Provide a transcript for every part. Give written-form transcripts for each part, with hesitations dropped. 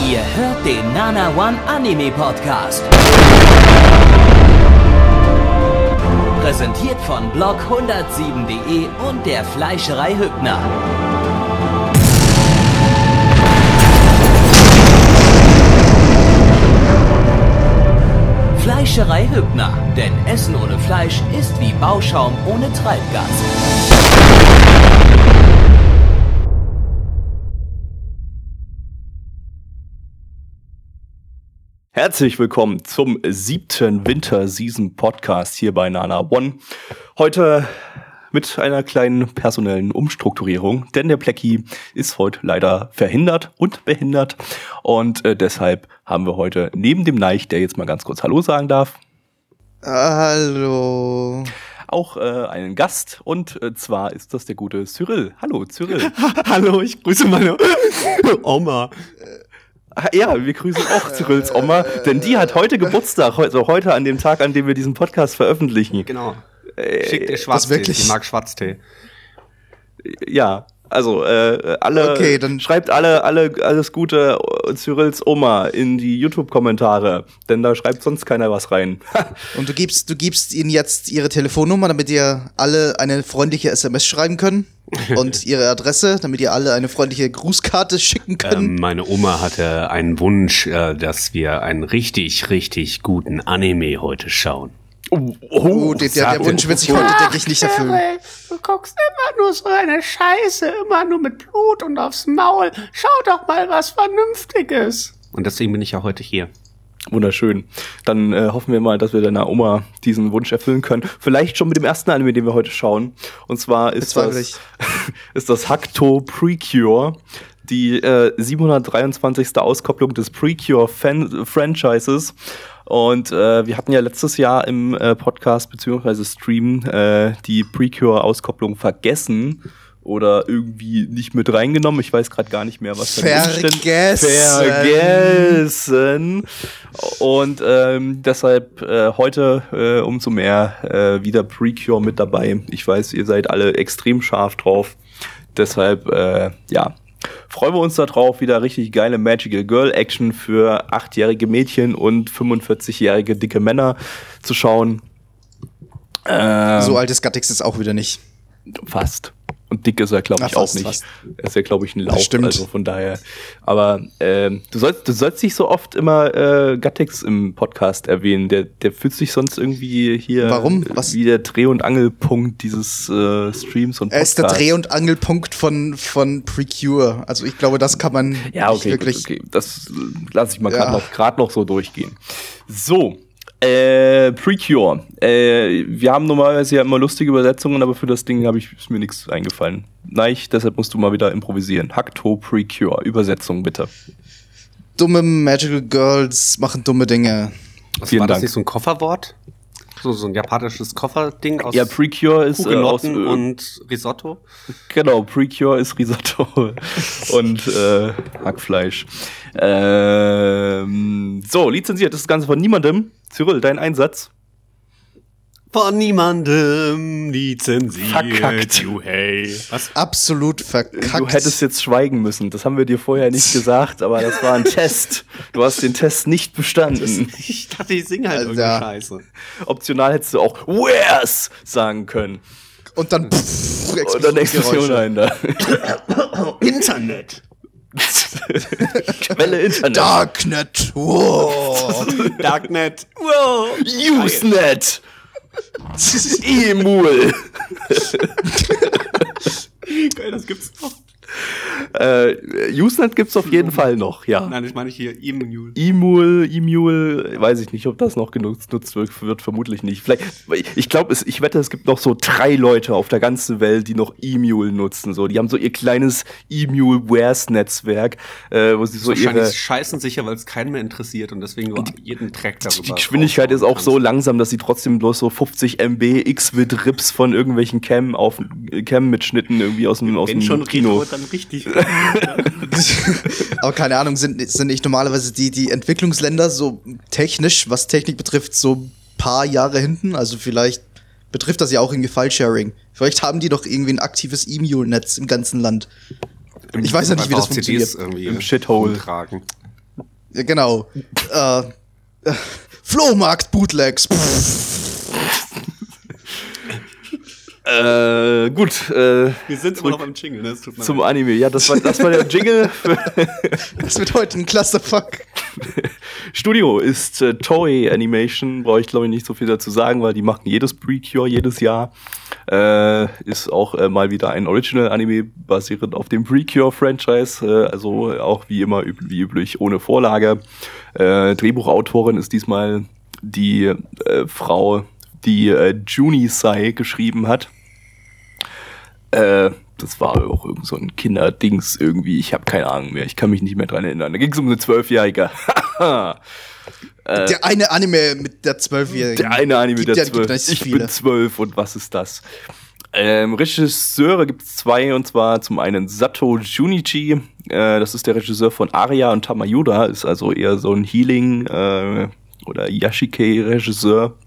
Ihr hört den Nana One Anime Podcast. Präsentiert von blog107.de und der Fleischerei Hübner. Fleischerei Hübner, denn Essen ohne Fleisch ist wie Bauschaum ohne Treibgas. Herzlich willkommen zum 7. Winter-Season-Podcast hier bei Nana One. Heute mit einer kleinen personellen Umstrukturierung, denn der Plecki ist heute leider verhindert und behindert. Und deshalb haben wir heute neben dem Neich, der jetzt mal ganz kurz Hallo sagen darf. Hallo. Auch einen Gast, und zwar ist das der gute Cyril. Hallo, Cyril. Hallo, ich grüße meine Oma. Ja, wir grüßen auch Cyrils Oma, denn die hat heute Geburtstag, also heute an dem Tag, an dem wir diesen Podcast veröffentlichen. Genau. Schickt ihr Schwarztee, ich mag Schwarztee. Ja, also alle, okay, dann schreibt alle alles Gute Cyrils Oma in die YouTube-Kommentare, denn da schreibt sonst keiner was rein. Und du gibst ihnen jetzt ihre Telefonnummer, damit ihr alle eine freundliche SMS schreiben können und ihre Adresse, damit ihr alle eine freundliche Grußkarte schicken können. Meine Oma hatte einen Wunsch, dass wir einen richtig, richtig guten Anime heute schauen. Der Wunsch wird sich heute, denke ich, nicht erfüllen. Du guckst immer nur so eine Scheiße, immer nur mit Blut und aufs Maul. Schau doch mal was Vernünftiges. Und deswegen bin ich ja heute hier. Wunderschön. Dann hoffen wir mal, dass wir deiner Oma diesen Wunsch erfüllen können. Vielleicht schon mit dem ersten Anime, den wir heute schauen. Und zwar ist das Hakuto Precure, die 723. Auskopplung des Precure-Franchises. Und wir hatten ja letztes Jahr im Podcast bzw. Stream die Precure-Auskopplung vergessen oder irgendwie nicht mit reingenommen. Ich weiß gerade gar nicht mehr, was vergessen. Und deshalb heute umso mehr wieder Precure mit dabei. Ich weiß, ihr seid alle extrem scharf drauf. Deshalb, freuen wir uns da drauf, wieder richtig geile Magical Girl Action für 8-jährige Mädchen und 45-jährige dicke Männer zu schauen. So alt ist Gattix jetzt auch wieder nicht. Fast. Und dick ist er, glaube ich, auch nicht. Fast. Er ist ja, glaube ich, ein Lauch. Stimmt. Also von daher. Aber du sollst nicht so oft immer Gattix im Podcast erwähnen. Der fühlt sich sonst irgendwie hier wie der Dreh- und Angelpunkt dieses Streams und Podcasts. Er ist der Dreh- und Angelpunkt von Precure. Also ich glaube, das kann man nicht wirklich... Okay. Das lasse ich mal gerade noch so durchgehen. So. Precure. Wir haben normalerweise ja immer lustige Übersetzungen, aber für das Ding ist mir nichts eingefallen. Neich, deshalb musst du mal wieder improvisieren. Hakuto Precure. Übersetzung bitte. Dumme Magical Girls machen dumme Dinge. War das nicht so ein Kofferwort? So ein japanisches Kofferding aus Precure ist Hugenotten und Risotto? Genau, Precure ist Risotto und Hackfleisch. So, lizenziert ist das Ganze von niemandem. Cyril, dein Einsatz? Von niemandem lizenziert. Verkackt. Was? Absolut verkackt. Du hättest jetzt schweigen müssen. Das haben wir dir vorher nicht gesagt, aber das war ein Test. Du hast den Test nicht bestanden. Ich dachte, ich singe halt irgendeine Scheiße. Optional hättest du auch Where's sagen können. Und dann Explosion dahinter. Internet. Quelle Internet. Darknet. Wow. Darknet. Wow. Usenet. Emul. Geil, das gibt's noch. Usenet gibt's auf jeden Fall noch, ja. Nein, ich meine hier Emul. Emul, weiß ich nicht, ob das noch genutzt wird, vermutlich nicht. Vielleicht, ich wette, es gibt noch so 3 Leute auf der ganzen Welt, die noch Emul nutzen. So, die haben so ihr kleines Emul-Wares-Netzwerk, wo sie so wahrscheinlich scheißen sicher, weil es keinen mehr interessiert und deswegen nur jeden Track darüber. Die Geschwindigkeit ist auch so langsam, dass sie trotzdem bloß so 50 MB X-Vid-Rips von irgendwelchen Cam-Mitschnitten irgendwie aus dem Kino. Dann richtig. Aber keine Ahnung, sind nicht normalerweise die Entwicklungsländer so technisch, was Technik betrifft, so ein paar Jahre hinten? Also vielleicht betrifft das ja auch irgendwie File-Sharing. Vielleicht haben die doch irgendwie ein aktives E-Mule-Netz im ganzen Land. Ich weiß ja nicht, wie das funktioniert. Irgendwie im Shithole tragen. Ja, genau. Flohmarkt-Bootlegs. Gut. Wir sind immer noch beim Jingle, ne? Zum Anime. Ja, das war der Jingle. Das wird heute ein Clusterfuck. Studio ist Toei Animation. Brauche ich, glaube ich, nicht so viel dazu sagen, weil die machen jedes Precure jedes Jahr. Ist auch mal wieder ein Original-Anime basierend auf dem Precure-Franchise. Also auch wie immer, wie üblich, ohne Vorlage. Drehbuchautorin ist diesmal die Frau, die Junisai geschrieben hat. Das war auch irgend so ein Kinderdings irgendwie. Ich habe keine Ahnung mehr. Ich kann mich nicht mehr dran erinnern. Da ging es um eine 12-Jährige. Der eine Anime mit der 12-Jährigen. Der eine Anime mit der 12. Ich bin 12 und was ist das? Regisseure gibt es 2, und zwar zum einen Sato Junichi. Das ist der Regisseur von Aria und Tamayuda. Ist also eher so ein Healing- oder Yashikei-Regisseur.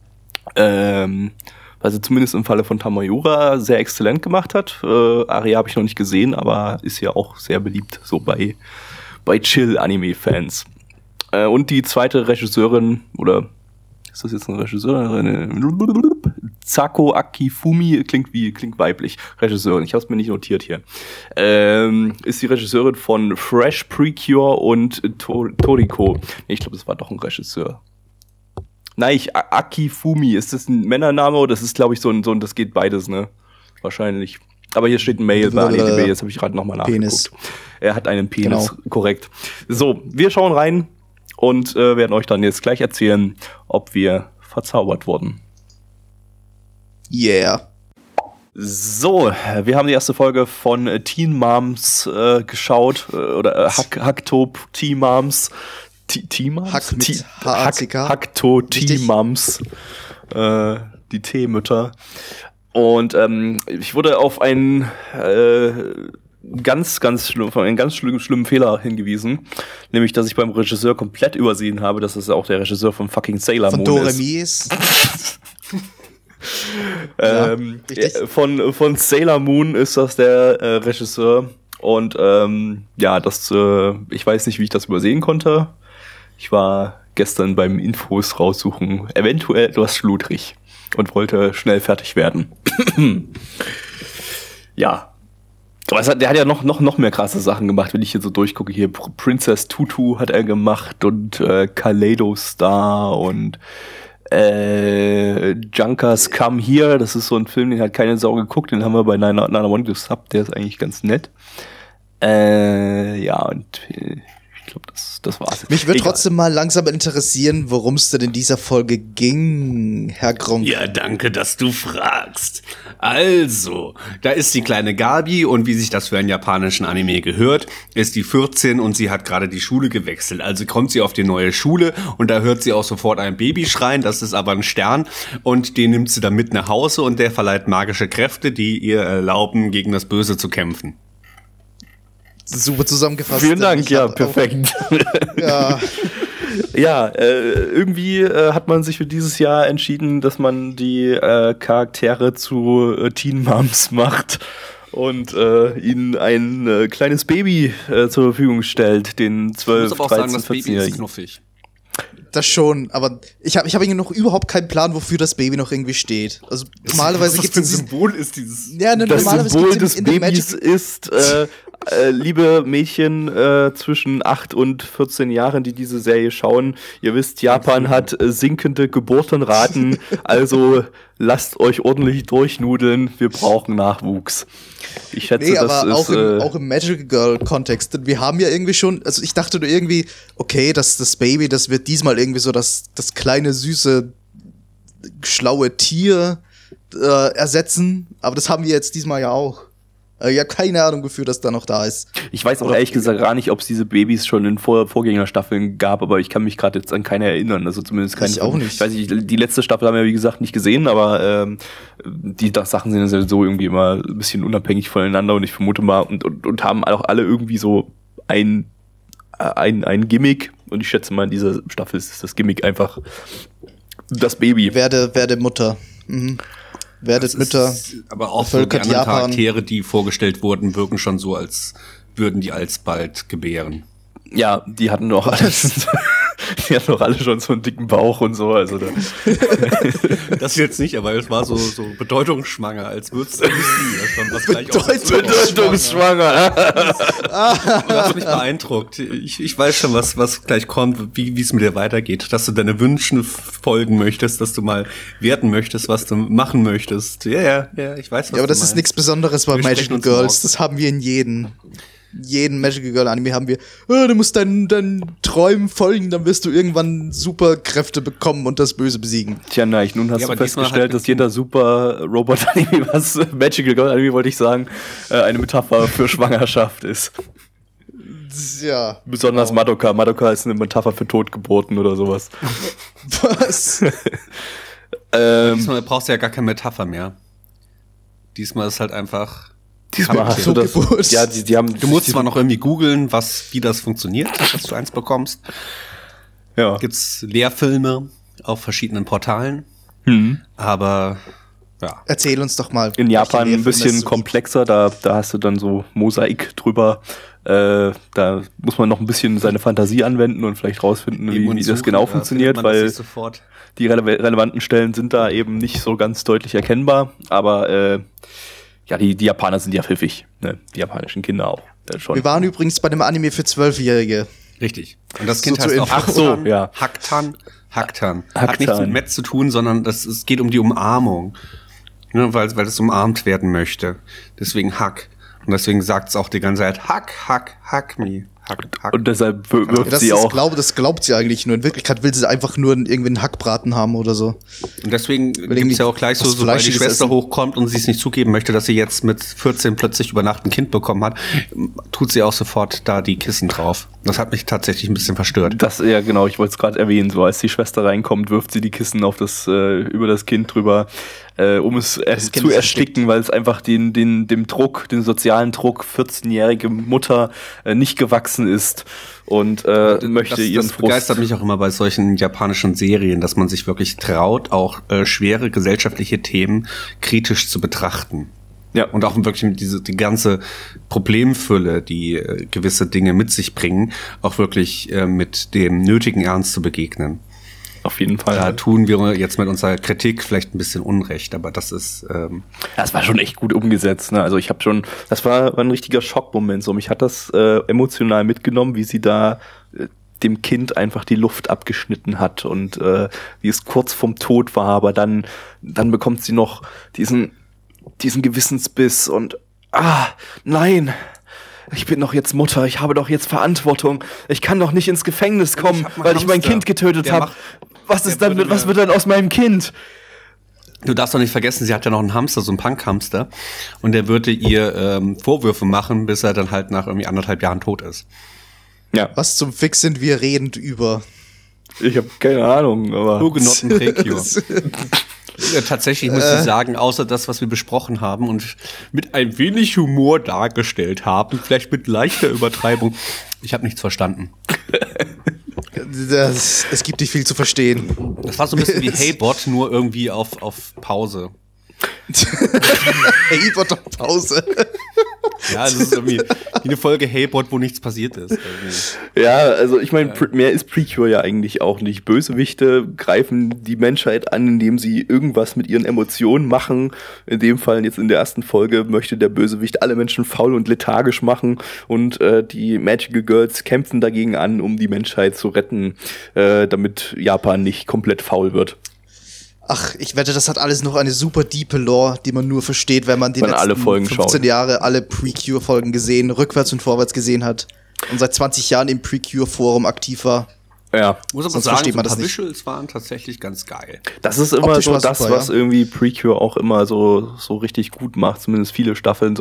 Was er zumindest im Falle von Tamayura sehr exzellent gemacht hat. Aria habe ich noch nicht gesehen, aber ist ja auch sehr beliebt, so bei Chill-Anime-Fans. Und die zweite Regisseurin, oder ist das jetzt eine Regisseurin? Sako Akifumi, klingt weiblich. Regisseurin, ich habe es mir nicht notiert hier. Ist die Regisseurin von Fresh Precure und Toriko. Nee, ich glaube, das war doch ein Regisseur. Nein, Akifumi, ist das ein Männername oder das ist, glaube ich, so ein, das geht beides, ne? Wahrscheinlich. Aber hier steht ein Mail bei AniDB, jetzt habe ich gerade nochmal nachgeguckt. Penis. Er hat einen Penis, genau. Korrekt. So, wir schauen rein und werden euch dann jetzt gleich erzählen, ob wir verzaubert wurden. Yeah. So, wir haben die erste Folge von Teen Moms geschaut, oder Hacktop Teen Moms. T-Mums? Hakto T-Mums. Die T-Mütter. Und ich wurde auf einen ganz schlimmen Fehler hingewiesen. Nämlich, dass ich beim Regisseur komplett übersehen habe, dass es auch der Regisseur von fucking Sailor Moon ist. Von Sailor Moon ist das der Regisseur. Und ich weiß nicht, wie ich das übersehen konnte. Ich war gestern beim Infos raussuchen eventuell etwas schludrig und wollte schnell fertig werden. Ja. Aber der hat ja noch mehr krasse Sachen gemacht, wenn ich hier so durchgucke. Hier Princess Tutu hat er gemacht und Kaleido Star und Junkers Come Here. Das ist so ein Film, den hat keine Sau geguckt. Den haben wir bei Nana One gesubbt. Der ist eigentlich ganz nett. Ich glaube, das war's. Mich würde trotzdem mal langsam interessieren, worum es denn in dieser Folge ging, Herr Gronk. Ja, danke, dass du fragst. Also, da ist die kleine Gabi und wie sich das für einen japanischen Anime gehört, ist die 14 und sie hat gerade die Schule gewechselt. Also kommt sie auf die neue Schule und da hört sie auch sofort ein Baby schreien, das ist aber ein Stern und den nimmt sie dann mit nach Hause und der verleiht magische Kräfte, die ihr erlauben, gegen das Böse zu kämpfen. Super zusammengefasst. Vielen Dank, ja, perfekt. Irgendwie hat man sich für dieses Jahr entschieden, dass man die Charaktere zu Teen Moms macht und ihnen ein kleines Baby zur Verfügung stellt, den 12, 13, 14-Jährigen. Knuffig. Das schon, aber ich hab irgendwie noch überhaupt keinen Plan, wofür das Baby noch irgendwie steht. Also normalerweise gibt es ein Symbol ist dieses. Ja, das Symbol des Babys ist liebe Mädchen zwischen 8 und 14 Jahren, die diese Serie schauen, ihr wisst, Japan hat sinkende Geburtenraten, also lasst euch ordentlich durchnudeln, wir brauchen Nachwuchs. Ich schätze, das ist auch im Magical Girl Kontext. Wir haben ja irgendwie schon, also ich dachte nur irgendwie, okay, das Baby, das wird diesmal irgendwie so das kleine, süße, schlaue Tier ersetzen, aber das haben wir jetzt diesmal ja auch. Ich habe keine Ahnung, wofür das da noch da ist. Ich weiß auch ehrlich gesagt gar nicht, ob es diese Babys schon in Vorgängerstaffeln gab, aber ich kann mich gerade jetzt an keine erinnern. Also zumindest keine. Ich auch nicht. Ich weiß nicht, die letzte Staffel haben wir, wie gesagt, nicht gesehen, aber die Sachen sind ja so irgendwie immer ein bisschen unabhängig voneinander und ich vermute mal, und haben auch alle irgendwie so ein Gimmick. Und ich schätze mal, in dieser Staffel ist das Gimmick einfach das Baby. Werde Mutter. Mhm. Werdet Mütter. Aber auch so die anderen Charaktere, die vorgestellt wurden, wirken schon so, als würden die alsbald gebären. Ja, die hatten doch alles. Die hatten doch alle schon so einen dicken Bauch und so. Also das jetzt nicht, aber es war so bedeutungsschwanger, als würdest du schon was gleich bedeutungsschwanger. Du hast mich beeindruckt. Ich weiß schon, was gleich kommt, wie es mit dir weitergeht. Dass du deine Wünschen folgen möchtest, dass du mal werten möchtest, was du machen möchtest. Ja, ich weiß, was aber das ist nichts Besonderes bei Magical Girls. Das haben wir in jedem Magical Girl Anime haben wir, du musst deinen Träumen folgen, dann wirst du irgendwann Superkräfte bekommen und das Böse besiegen. Tja, nein, nun hast du festgestellt, dass jeder Super Robot Anime, was Magical Girl Anime wollte ich sagen, eine Metapher für Schwangerschaft ist. Ja. Besonders genau. Madoka ist eine Metapher für Totgeburten oder sowas. Was? Diesmal brauchst du ja gar keine Metapher mehr. Diesmal ist halt einfach. Diesmal hast du das. Ja, die haben. Du musst zwar noch irgendwie googeln, wie das funktioniert, dass du eins bekommst. Ja. Gibt's Lehrfilme auf verschiedenen Portalen. Aber ja. Erzähl uns doch mal. In Japan ein bisschen komplexer. Da hast du dann so Mosaik drüber. Da muss man noch ein bisschen seine Fantasie anwenden und vielleicht rausfinden, wie das genau funktioniert, weil die relevanten Stellen sind da eben nicht so ganz deutlich erkennbar. Aber ja, die Japaner sind ja pfiffig, ne? Die japanischen Kinder auch. Schon. Wir waren übrigens bei dem Anime für 12-Jährige. Richtig. Und das Kind heißt auch Haktan. Hat nichts mit Met zu tun, sondern es geht um die Umarmung. Ne, weil es umarmt werden möchte. Deswegen Hack. Und deswegen sagt es auch die ganze Zeit Hack me. Hack. Und deshalb wirft sie auch. Das glaubt sie eigentlich nur. In Wirklichkeit will sie einfach nur irgendwie einen Hackbraten haben oder so. Und deswegen gibt es ja auch gleich sobald die Schwester hochkommt und sie es nicht zugeben möchte, dass sie jetzt mit 14 plötzlich über Nacht ein Kind bekommen hat, tut sie auch sofort da die Kissen drauf. Das hat mich tatsächlich ein bisschen verstört. Ja, genau, ich wollte es gerade erwähnen. So, als die Schwester reinkommt, wirft sie die Kissen auf über das Kind drüber, um es zu ersticken, weil es einfach dem sozialen Druck 14-jährige Mutter nicht gewachsen ist und möchte ihren Frust. Das begeistert mich auch immer bei solchen japanischen Serien, dass man sich wirklich traut, auch schwere gesellschaftliche Themen kritisch zu betrachten. Ja, und auch wirklich die ganze Problemfülle, die gewisse Dinge mit sich bringen, auch wirklich mit dem nötigen Ernst zu begegnen. Auf jeden Fall. Da tun wir jetzt mit unserer Kritik vielleicht ein bisschen Unrecht, aber das ist. Das war schon echt gut umgesetzt, ne? Also ich habe das war ein richtiger Schockmoment. So, mich hat das emotional mitgenommen, wie sie da dem Kind einfach die Luft abgeschnitten hat und wie es kurz vorm Tod war, aber dann bekommt sie noch diesen Gewissensbiss und nein. Ich bin doch jetzt Mutter, ich habe doch jetzt Verantwortung. Ich kann doch nicht ins Gefängnis kommen, weil ich mein Kind getötet habe. Was wird dann aus meinem Kind? Du darfst doch nicht vergessen, sie hat ja noch einen Hamster, so einen Punk-Hamster. Und der würde ihr Vorwürfe machen, bis er dann halt nach irgendwie 1,5 Jahren tot ist. Ja. Was zum Fix sind wir redend über? Ich habe keine Ahnung, aber... Hugenotten Precure. Ja, tatsächlich muss ich sagen, außer das, was wir besprochen haben und mit ein wenig Humor dargestellt haben, vielleicht mit leichter Übertreibung, ich habe nichts verstanden. Es gibt nicht viel zu verstehen. Das war so ein bisschen wie Hey-Bot, nur irgendwie auf Pause. Hey-Bot auf Pause. Ja, das ist irgendwie wie eine Folge Hey-Bot, wo nichts passiert ist. Ja, also ich meine, mehr ist Precure ja eigentlich auch nicht. Bösewichte greifen die Menschheit an, indem sie irgendwas mit ihren Emotionen machen. In dem Fall jetzt in der ersten Folge möchte der Bösewicht alle Menschen faul und lethargisch machen und die Magical Girls kämpfen dagegen an, um die Menschheit zu retten, damit Japan nicht komplett faul wird. Ach, ich wette, das hat alles noch eine super diepe Lore, die man nur versteht, wenn man die letzten alle Folgen 15 Jahre alle Precure-Folgen gesehen, rückwärts und vorwärts gesehen hat und seit 20 Jahren im Precure-Forum aktiv war. Ja. Muss aber sagen, so ein paar Visuals waren tatsächlich ganz geil. Das ist immer so das, super, was irgendwie Precure auch immer so richtig gut macht, zumindest viele Staffeln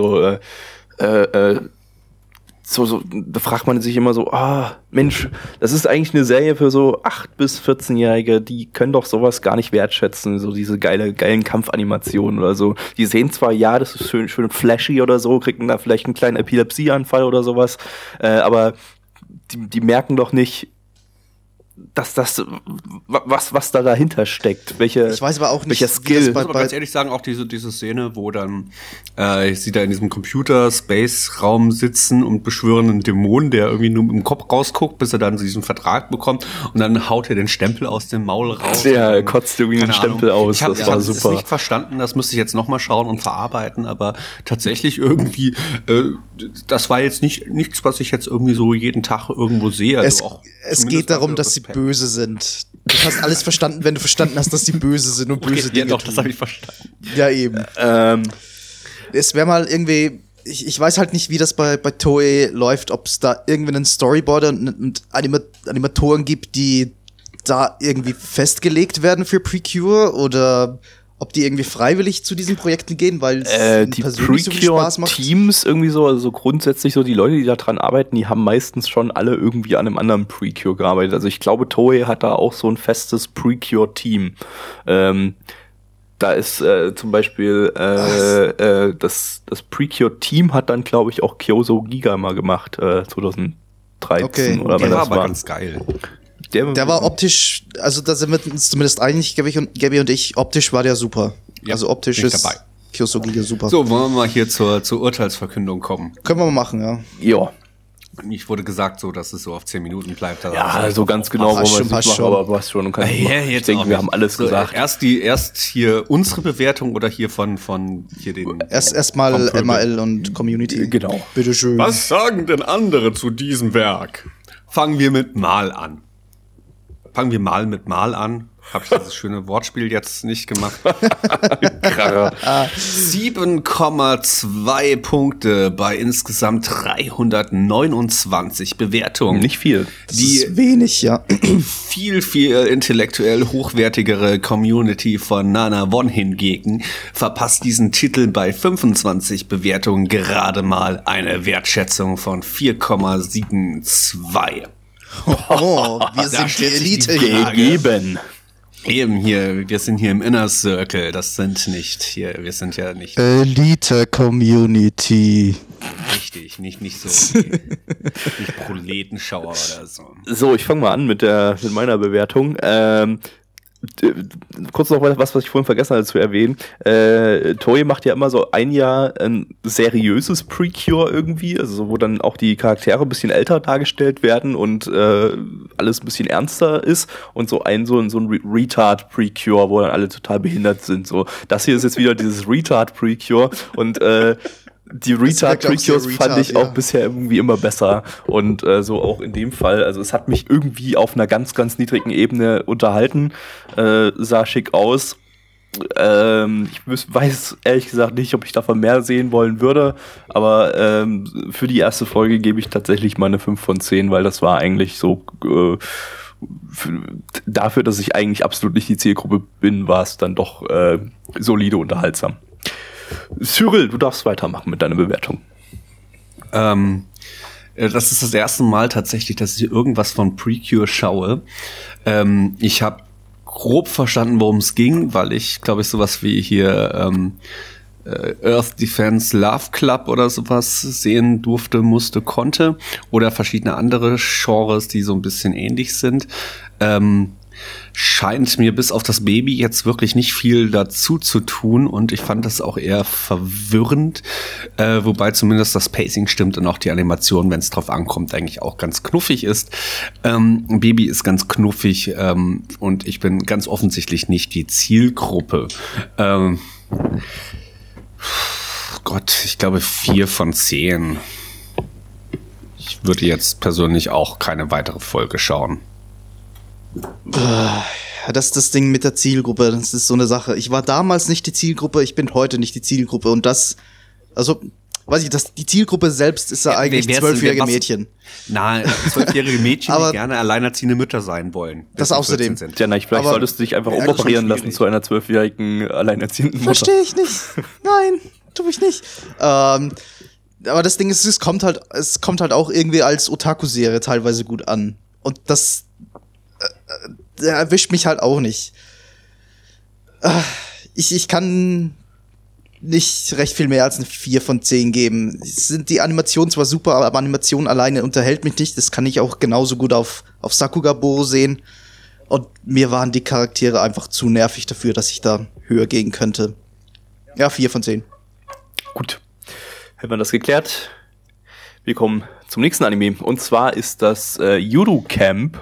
so, da fragt man sich immer so, Mensch, das ist eigentlich eine Serie für so 8- bis 14-Jährige, die können doch sowas gar nicht wertschätzen, so diese geilen Kampfanimationen oder so. Die sehen zwar, ja, das ist schön flashy oder so, kriegen da vielleicht einen kleinen Epilepsieanfall oder sowas, aber die merken doch nicht, was da dahinter steckt. Ich weiß aber auch nicht, welcher Skill. Ich muss aber ganz ehrlich sagen, auch diese Szene, wo dann sie da in diesem Computer-Space-Raum sitzen und beschwören einen Dämon, der irgendwie nur im Kopf rausguckt, bis er dann diesen Vertrag bekommt und dann haut er den Stempel aus dem Maul raus. Der kotzt irgendwie den Stempel aus. Ich habe es nicht verstanden, das müsste ich jetzt nochmal schauen und verarbeiten, aber tatsächlich irgendwie, das war jetzt nichts, was ich jetzt irgendwie so jeden Tag irgendwo sehe. Also es geht darum, dass sie böse sind. Du hast alles verstanden, wenn du verstanden hast, dass die böse sind und böse Dinge tun. Das habe ich verstanden. Ja, eben. Es wäre mal irgendwie, ich weiß halt nicht, wie das bei Toei läuft, ob es da irgendwie einen Storyboarder und Animatoren gibt, die da irgendwie festgelegt werden für Precure oder ob die irgendwie freiwillig zu diesen Projekten gehen, weil es die persönlich so viel Spaß macht. Teams irgendwie so, also grundsätzlich so die Leute, die da dran arbeiten, die haben meistens schon alle irgendwie an einem anderen Precure gearbeitet. Also ich glaube, Toei hat da auch so ein festes Precure-Team. Da ist zum Beispiel das Precure-Team hat dann, glaube ich, auch Kyoso Giga mal gemacht, 2013 oder wann das war. Aber ganz geil. Der war optisch, also da sind wir uns zumindest einig, Gabby und ich, optisch war der super. Ja, also optisch ist Kyoso Giga super. So, wollen wir mal hier zur Urteilsverkündung kommen? Können wir mal machen, ja. Ja. Ich wurde gesagt, so, dass es so auf 10 Minuten bleibt. Ja, so ganz genau, wo man es nicht macht, aber was schon. Und ich denke, wir haben alles gesagt. Erst hier unsere Bewertung oder hier von hier den... Erstmal MAL und Community. Genau. Bitteschön. Was sagen denn andere zu diesem Werk? Fangen wir mit Mal an. Fangen wir mal mit Mal an. Habe ich dieses schöne Wortspiel jetzt nicht gemacht. 7,2 Punkte bei insgesamt 329 Bewertungen. Nicht viel. Das ist wenig, ja. Viel intellektuell hochwertigere Community von Nana One hingegen verpasst diesen Titel bei 25 Bewertungen gerade mal eine Wertschätzung von 4,72. Oh, wir sind die Elite gegeben. Eben hier, wir sind hier im Inner Circle, das sind nicht hier, wir sind ja nicht Elite Community. Richtig, nicht so nicht Proletenschauer oder so. So, ich fange mal an mit meiner Bewertung. Kurz noch was ich vorhin vergessen hatte zu erwähnen. Toei macht ja immer so ein Jahr ein seriöses Precure irgendwie, also wo dann auch die Charaktere ein bisschen älter dargestellt werden und alles ein bisschen ernster ist und so ein Retard Precure, wo dann alle total behindert sind. So, das hier ist jetzt wieder dieses Retard Precure und die Retard-Precures fand ich auch bisher irgendwie immer besser und so auch in dem Fall. Also es hat mich irgendwie auf einer ganz, ganz niedrigen Ebene unterhalten, sah schick aus. Ich weiß ehrlich gesagt nicht, ob ich davon mehr sehen wollen würde, aber für die erste Folge gebe ich tatsächlich mal eine 5 von 10, weil das war eigentlich so dafür, dass ich eigentlich absolut nicht die Zielgruppe bin, war es dann doch solide unterhaltsam. Cyril, du darfst weitermachen mit deiner Bewertung. Das ist das erste Mal tatsächlich, dass ich irgendwas von Precure schaue. Ich habe grob verstanden, worum es ging, weil ich, glaube ich, sowas wie hier Earth Defense Love Club oder sowas sehen durfte, konnte. Oder verschiedene andere Genres, die so ein bisschen ähnlich sind. Scheint mir bis auf das Baby jetzt wirklich nicht viel dazu zu tun und ich fand das auch eher verwirrend, wobei zumindest das Pacing stimmt und auch die Animation, wenn es drauf ankommt, eigentlich auch ganz knuffig ist. Baby ist ganz knuffig und ich bin ganz offensichtlich nicht die Zielgruppe. Gott, ich glaube 4 von 10. Ich würde jetzt persönlich auch keine weitere Folge schauen. Das ist das Ding mit der Zielgruppe, das ist so eine Sache. Ich war damals nicht die Zielgruppe, ich bin heute nicht die Zielgruppe und das, also, weiß ich, die Zielgruppe selbst ist ja eigentlich 12-jährige Mädchen. Na, 12-jährige Mädchen, die gerne alleinerziehende Mütter sein wollen. Das außerdem. Ja, vielleicht solltest du dich einfach umoperieren lassen zu einer 12-jährigen alleinerziehenden Mutter. Verstehe ich nicht. Nein, tu ich nicht. Aber das Ding ist, es kommt halt auch irgendwie als Otaku-Serie teilweise gut an. Und das der erwischt mich halt auch nicht. Ich kann nicht recht viel mehr als eine 4 von 10 geben. Die Animationen zwar super, aber Animation alleine unterhält mich nicht. Das kann ich auch genauso gut auf Sakugaboro sehen. Und mir waren die Charaktere einfach zu nervig dafür, dass ich da höher gehen könnte. Ja, 4 von 10. Gut. Hätten wir das geklärt. Wir kommen zum nächsten Anime. Und zwar ist das Yuru Camp,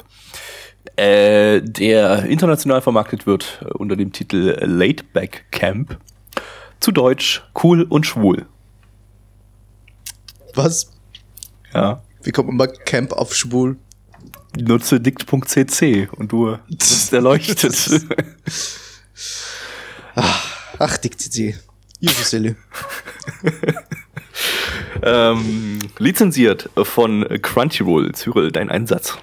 der international vermarktet wird unter dem Titel Laidback Camp. Zu Deutsch Cool und Schwul. Was? Ja. Wie kommt man bei Camp auf schwul? Nutze dict.cc und du bist erleuchtet. Ach, dict.cc. User-Silly. Lizenziert von Crunchyroll. Cyril, dein Einsatz.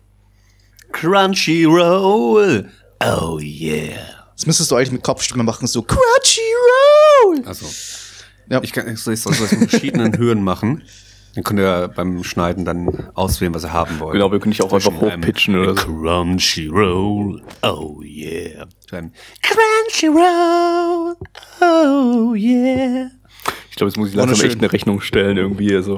Crunchyroll. Oh yeah. Das müsstest du eigentlich mit Kopfstimme machen, so Crunchyroll. Also, ja. ich soll das in verschiedenen Höhen machen. Dann könnt ihr beim Schneiden dann auswählen, was ihr haben wollt. Genau, wir können dich auch einfach hochpitchen oder so. Crunchyroll. Oh yeah. Crunchyroll. Oh yeah. Ich glaube, jetzt muss ich langsam echt eine Rechnung stellen irgendwie. Also.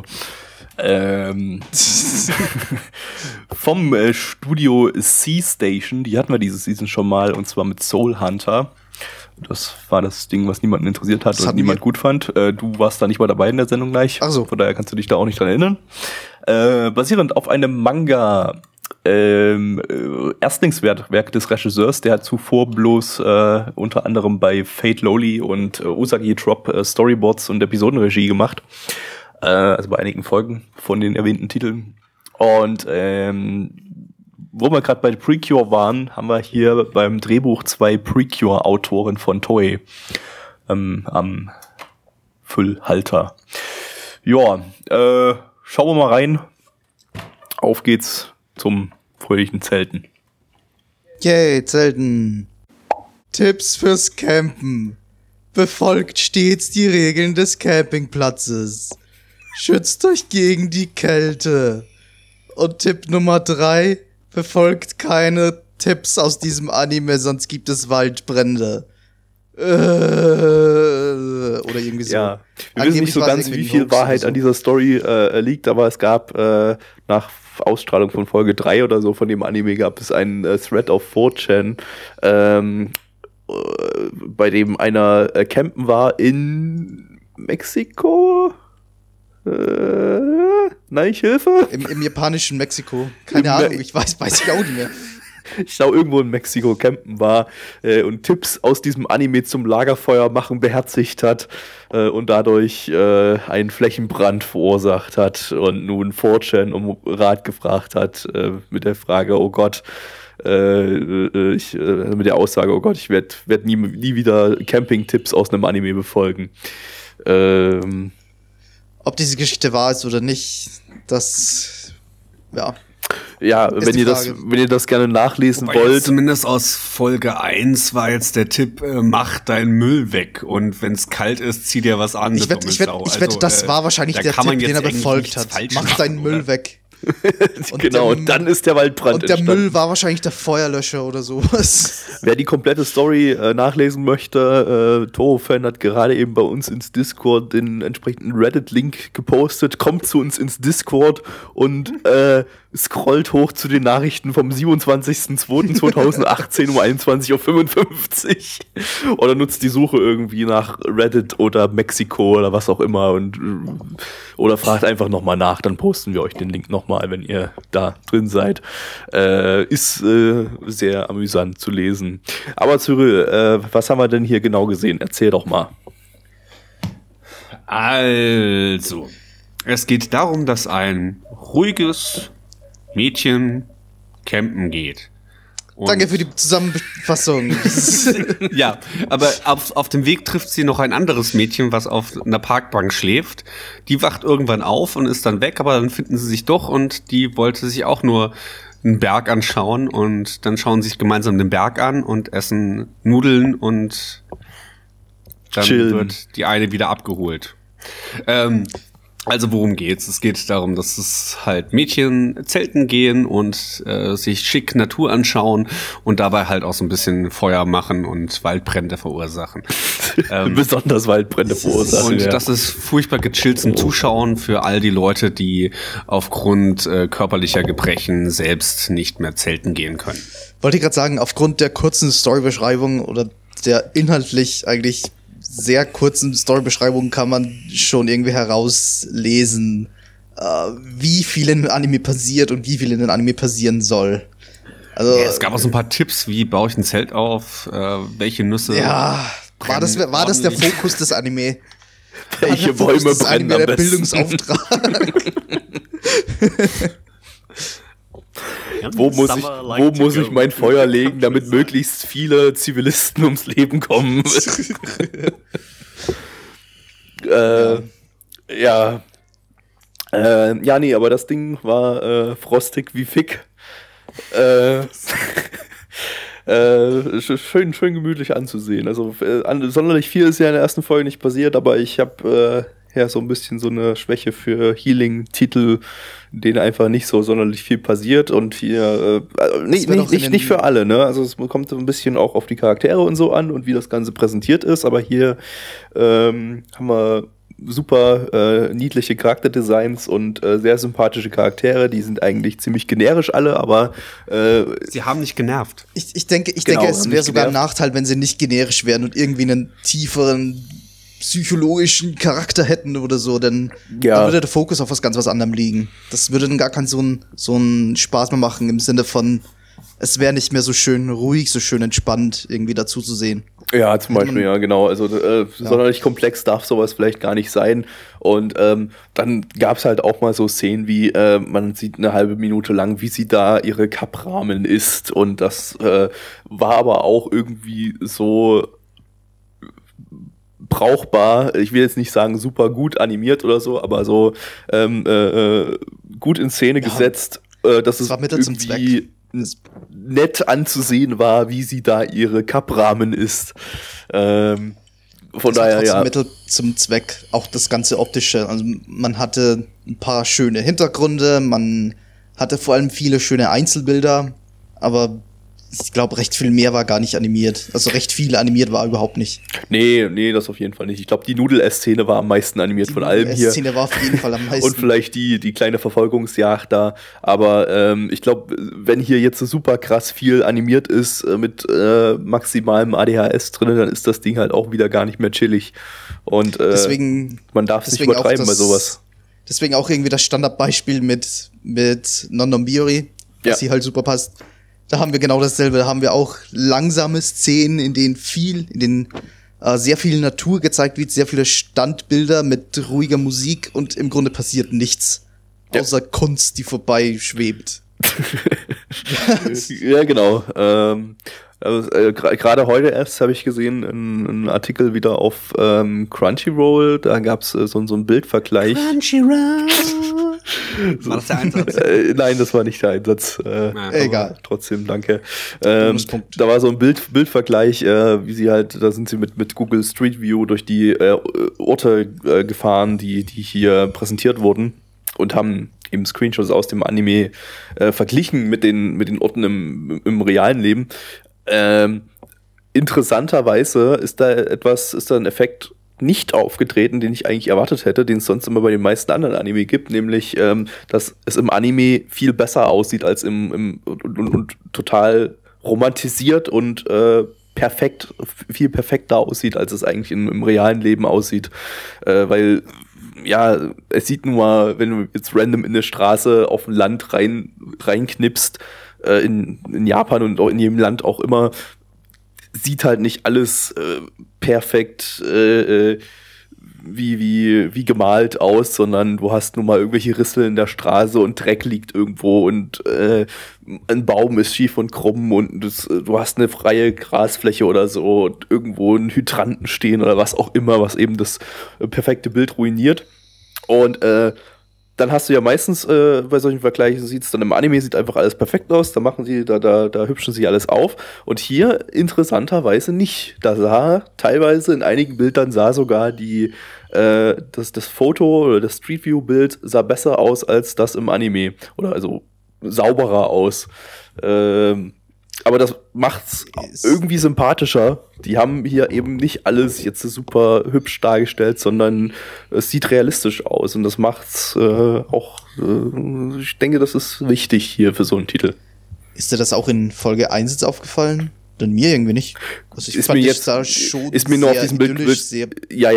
Vom Studio C-Station, die hatten wir diese Season schon mal, und zwar mit Soul Hunter. Das war das Ding, was niemanden interessiert hat und niemand gut fand. Du warst da nicht mal dabei in der Sendung gleich. Ach so. Von daher kannst du dich da auch nicht dran erinnern. Basierend auf einem Manga, Erstlingswerk des Regisseurs, der hat zuvor bloß unter anderem bei Fate Lowly und Usagi Drop Storyboards und Episodenregie gemacht. Also bei einigen Folgen von den erwähnten Titeln. Und wo wir gerade bei Precure waren, haben wir hier beim Drehbuch 2 Precure-Autoren von Toei am Füllhalter. Ja, schauen wir mal rein. Auf geht's zum fröhlichen Zelten. Yay, Zelten. Tipps fürs Campen. Befolgt stets die Regeln des Campingplatzes. Schützt euch gegen die Kälte. Und Tipp Nummer 3, befolgt keine Tipps aus diesem Anime, sonst gibt es Waldbrände. Oder irgendwie so. Ja, wir wissen nicht so ganz, wie viel Wahrheit an dieser Story liegt, aber es gab nach Ausstrahlung von Folge 3 oder so von dem Anime gab es einen Thread auf 4chan, bei dem einer campen war in Mexiko. Nein, Hilfe? Im japanischen Mexiko. Keine Ahnung, ich weiß ich auch nicht mehr. Ich glaube, irgendwo in Mexiko campen war und Tipps aus diesem Anime zum Lagerfeuer machen beherzigt hat und dadurch einen Flächenbrand verursacht hat und nun 4chan um Rat gefragt hat mit der Frage, oh Gott, mit der Aussage, oh Gott, ich werd nie wieder Camping-Tipps aus einem Anime befolgen. Ob diese Geschichte wahr ist oder nicht, das, ja. Ja, wenn ihr das gerne nachlesen wollt. Zumindest aus Folge 1 war jetzt der Tipp, mach deinen Müll weg. Und wenn es kalt ist, zieh dir was an. Ich wette, das war wahrscheinlich der Tipp, den er befolgt hat. Mach deinen Müll weg. Genau, und dann ist der Waldbrand entstanden. Und der Müll war wahrscheinlich der Feuerlöscher oder sowas. Wer die komplette Story nachlesen möchte, Toho-Fan hat gerade eben bei uns ins Discord den entsprechenden Reddit-Link gepostet. Kommt zu uns ins Discord und scrollt hoch zu den Nachrichten vom 27.02.2018 um 21:55 Uhr. Oder nutzt die Suche irgendwie nach Reddit oder Mexiko oder was auch immer oder fragt einfach nochmal nach, dann posten wir euch den Link nochmal, wenn ihr da drin seid. Ist sehr amüsant zu lesen. Aber Cyril, was haben wir denn hier genau gesehen? Erzähl doch mal. Also, es geht darum, dass ein ruhiges Mädchen campen geht. Und danke für die Zusammenfassung. Ja, aber auf dem Weg trifft sie noch ein anderes Mädchen, was auf einer Parkbank schläft. Die wacht irgendwann auf und ist dann weg, aber dann finden sie sich doch und die wollte sich auch nur einen Berg anschauen und dann schauen sie sich gemeinsam den Berg an und essen Nudeln und dann wird die eine wieder abgeholt. Also worum geht's? Es geht darum, dass es halt Mädchen zelten gehen und sich schick Natur anschauen und dabei halt auch so ein bisschen Feuer machen und Waldbrände verursachen. Besonders Waldbrände verursachen. Und das ist furchtbar gechillt zum Zuschauen für all die Leute, die aufgrund körperlicher Gebrechen selbst nicht mehr zelten gehen können. Wollte ich gerade sagen, aufgrund der kurzen Storybeschreibung oder der inhaltlich eigentlich sehr kurzen Storybeschreibung kann man schon irgendwie herauslesen, wie viel in einem Anime passiert und wie viel in einem Anime passieren soll. Also, es gab auch so ein paar Tipps, wie baue ich ein Zelt auf, welche Nüsse. Ja, war das der Fokus des Anime? Welche Bäume brennen am der besten? Bildungsauftrag. Wo muss ich mein Feuer legen, damit möglichst viele Zivilisten ums Leben kommen? Nee, aber das Ding war frostig wie Fick. Schön gemütlich anzusehen. Also sonderlich viel ist ja in der ersten Folge nicht passiert, aber ich habe so ein bisschen so eine Schwäche für Healing-Titel, in denen einfach nicht so sonderlich viel passiert und hier nicht für alle, ne? Also es kommt so ein bisschen auch auf die Charaktere und so an und wie das Ganze präsentiert ist, aber hier haben wir super niedliche Charakterdesigns und sehr sympathische Charaktere, die sind eigentlich ziemlich generisch alle, aber sie haben nicht genervt. Ich denke, es wäre sogar ein Nachteil, wenn sie nicht generisch wären und irgendwie einen tieferen psychologischen Charakter hätten oder so, denn dann würde der Fokus auf was anderem liegen. Das würde dann gar keinen so einen Spaß mehr machen im Sinne von, es wäre nicht mehr so schön ruhig, so schön entspannt irgendwie dazu zu sehen. Ja, zum Beispiel, ja, genau. Also sonderlich komplex darf sowas vielleicht gar nicht sein. Und dann gab's halt auch mal so Szenen wie, man sieht eine halbe Minute lang, wie sie da ihre Kappramen isst. Und das war aber auch irgendwie so brauchbar. Ich will jetzt nicht sagen super gut animiert oder so, aber so gut in Szene gesetzt, dass es irgendwie nett anzusehen war, wie sie da ihre Kappramen isst. Von daher, ja. Mittel zum Zweck, auch das ganze Optische. Also man hatte ein paar schöne Hintergründe, man hatte vor allem viele schöne Einzelbilder, aber ich glaube, recht viel mehr war gar nicht animiert. Also recht viel animiert war überhaupt nicht. Nee, das auf jeden Fall nicht. Ich glaube, die Nudel-Ess-Szene war am meisten animiert von allem hier. Die Nudel-Ess-Szene war auf jeden Fall am meisten. Und vielleicht die kleine Verfolgungsjagd da. Aber ich glaube, wenn hier jetzt so super krass viel animiert ist, mit maximalem ADHS drin, dann ist das Ding halt auch wieder gar nicht mehr chillig. Und man darf es nicht übertreiben bei sowas. Deswegen auch irgendwie das Standardbeispiel mit Non-Non-Biori, was hier halt super passt. Da haben wir genau dasselbe. Da haben wir auch langsame Szenen, in denen sehr viel Natur gezeigt wird, sehr viele Standbilder mit ruhiger Musik und im Grunde passiert nichts. Außer Kunst, die vorbeischwebt. Ja, genau. Gerade heute erst habe ich gesehen, einen Artikel wieder auf Crunchyroll. Da gab es so einen Bildvergleich. Crunchyroll! War das der Einsatz? Nein, das war nicht der Einsatz. Egal. Trotzdem, danke. Da war so ein Bildvergleich, wie sie halt, da sind sie mit Google Street View durch die Orte gefahren, die hier präsentiert wurden und haben eben Screenshots aus dem Anime verglichen mit den Orten im realen Leben. Interessanterweise ist da ein Effekt nicht aufgetreten, den ich eigentlich erwartet hätte, den es sonst immer bei den meisten anderen Anime gibt, nämlich, dass es im Anime viel besser aussieht als und total romantisiert und viel perfekter aussieht, als es eigentlich im realen Leben aussieht, weil ja, es sieht nun mal, wenn du jetzt random in eine Straße auf ein Land reinknipst, in Japan und auch in jedem Land auch immer, sieht halt nicht alles perfekt wie gemalt aus, sondern du hast nun mal irgendwelche Risse in der Straße und Dreck liegt irgendwo und ein Baum ist schief und krumm und du hast eine freie Grasfläche oder so und irgendwo einen Hydranten stehen oder was auch immer, was eben das perfekte Bild ruiniert. Und dann hast du ja meistens bei solchen Vergleichen, sieht's dann im Anime, sieht einfach alles perfekt aus, da hübschen sie alles auf. Und hier interessanterweise nicht. Da sah teilweise in einigen Bildern sogar die das Foto oder das Street View Bild sah besser aus als das im Anime. Oder also sauberer aus. Aber das macht's irgendwie sympathischer. Die haben hier eben nicht alles jetzt super hübsch dargestellt, sondern es sieht realistisch aus. Und das macht's auch, ich denke, das ist wichtig hier für so einen Titel. Ist dir das auch in Folge 1 jetzt aufgefallen? Denn mir irgendwie nicht. Also ich ist fand mir jetzt da schon ist mir nur auf diesem Bild sehr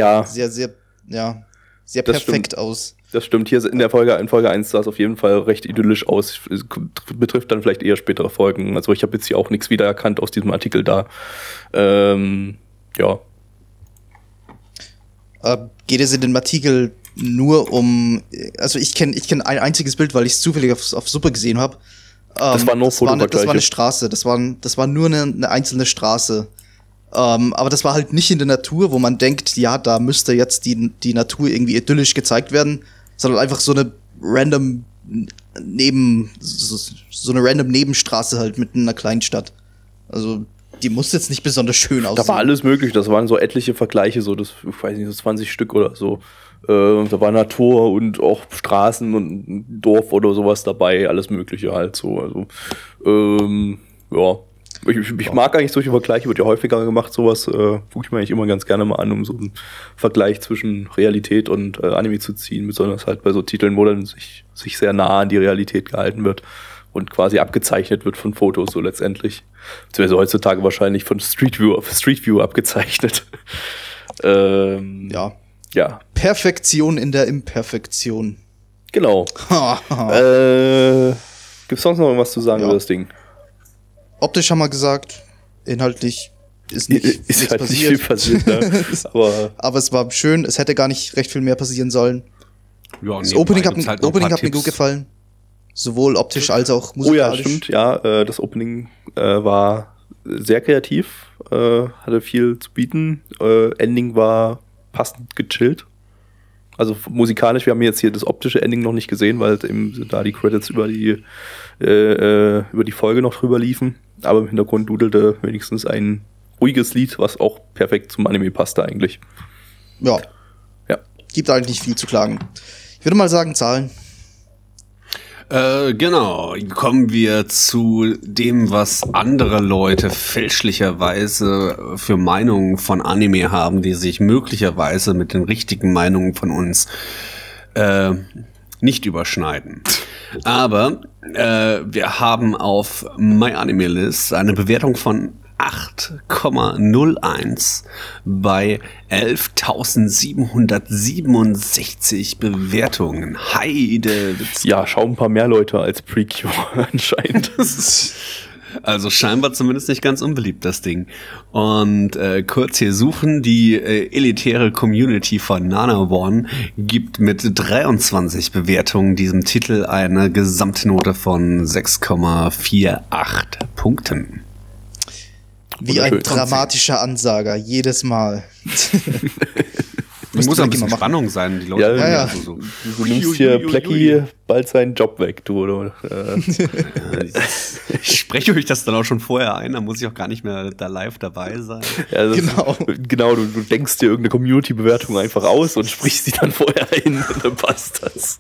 perfekt aus. Das stimmt. Hier in Folge 1 sah es auf jeden Fall recht idyllisch aus. Es betrifft dann vielleicht eher spätere Folgen. Also ich habe jetzt hier auch nichts wiedererkannt aus diesem Artikel da. Ja. Geht es in dem Artikel nur um, also ich kenn ein einziges Bild, weil ich es zufällig auf Suppe gesehen habe. Das war nur Fotovergleiche. Das war eine Straße, das war nur eine einzelne Straße. Aber das war halt nicht in der Natur, wo man denkt, ja, da müsste jetzt die Natur irgendwie idyllisch gezeigt werden, sondern einfach so eine random Nebenstraße halt mitten in einer Kleinstadt. Also die muss jetzt nicht besonders schön aussehen. Da war alles möglich, das waren so etliche Vergleiche, so das, ich weiß nicht, so 20 Stück oder so. Da war Natur und auch Straßen und ein Dorf oder sowas dabei, alles Mögliche halt so. Also, ja. Ich mag eigentlich solche Vergleiche, wird ja häufiger gemacht, sowas gucke ich mir eigentlich immer ganz gerne mal an, um so einen Vergleich zwischen Realität und Anime zu ziehen, besonders halt bei so Titeln, wo dann sich sehr nah an die Realität gehalten wird und quasi abgezeichnet wird von Fotos so letztendlich. Beziehungsweise heutzutage wahrscheinlich von Street View abgezeichnet. Ja. Perfektion in der Imperfektion. Genau. Gibt's sonst noch irgendwas zu sagen über das Ding? Optisch haben wir gesagt, inhaltlich ist nicht halt passiert. Nicht viel passiert, ne? aber es war schön, es hätte gar nicht recht viel mehr passieren sollen. Ja, das Opening hat mir gut gefallen. Sowohl optisch als auch musikalisch. Oh ja, stimmt, ja. Das Opening war sehr kreativ, hatte viel zu bieten. Ending war passend gechillt. Also musikalisch, wir haben jetzt hier das optische Ending noch nicht gesehen, weil eben da die Credits über die Folge noch drüber liefen. Aber im Hintergrund dudelte wenigstens ein ruhiges Lied, was auch perfekt zum Anime passte eigentlich. Ja. Gibt eigentlich nicht viel zu klagen. Ich würde mal sagen, Zahlen. Genau. Kommen wir zu dem, was andere Leute fälschlicherweise für Meinungen von Anime haben, die sich möglicherweise mit den richtigen Meinungen von uns nicht überschneiden. Aber wir haben auf MyAnimeList eine Bewertung von 8,01 bei 11.767 Bewertungen. Heide. Ja, schauen ein paar mehr Leute als Precure anscheinend. Also scheinbar zumindest nicht ganz unbeliebt, das Ding. Und kurz hier suchen, die elitäre Community von Nana One gibt mit 23 Bewertungen diesem Titel eine Gesamtnote von 6,48 Punkten. Wie ein dramatischer Ansager, jedes Mal. Es muss ein bisschen Spannung sein, die Leute. Ja. So. Du nimmst hier Blackie bald seinen Job weg, du, oder? Ich spreche euch das dann auch schon vorher ein, dann muss ich auch gar nicht mehr da live dabei sein. Ja, genau, du denkst dir irgendeine Community-Bewertung einfach aus und sprichst sie dann vorher ein, dann passt das.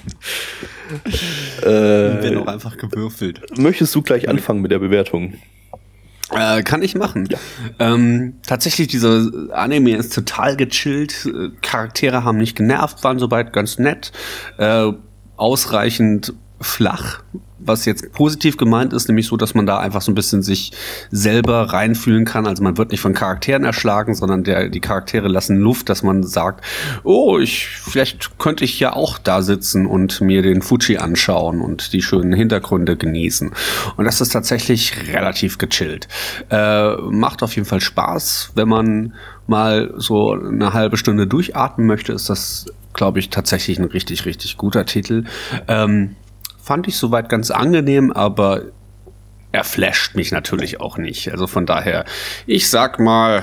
Wird auch einfach gewürfelt. Möchtest du gleich anfangen mit der Bewertung? Kann ich machen. Ja. Tatsächlich, dieser Anime ist total gechillt. Charaktere haben nicht genervt, waren soweit ganz nett. Ausreichend flach, was jetzt positiv gemeint ist, nämlich so, dass man da einfach so ein bisschen sich selber reinfühlen kann. Also man wird nicht von Charakteren erschlagen, sondern die Charaktere lassen Luft, dass man sagt, vielleicht könnte ich ja auch da sitzen und mir den Fuji anschauen und die schönen Hintergründe genießen. Und das ist tatsächlich relativ gechillt. Macht auf jeden Fall Spaß. Wenn man mal so eine halbe Stunde durchatmen möchte, ist das, glaube ich, tatsächlich ein richtig, richtig guter Titel. Fand ich soweit ganz angenehm, aber er flasht mich natürlich auch nicht. Also von daher, ich sag mal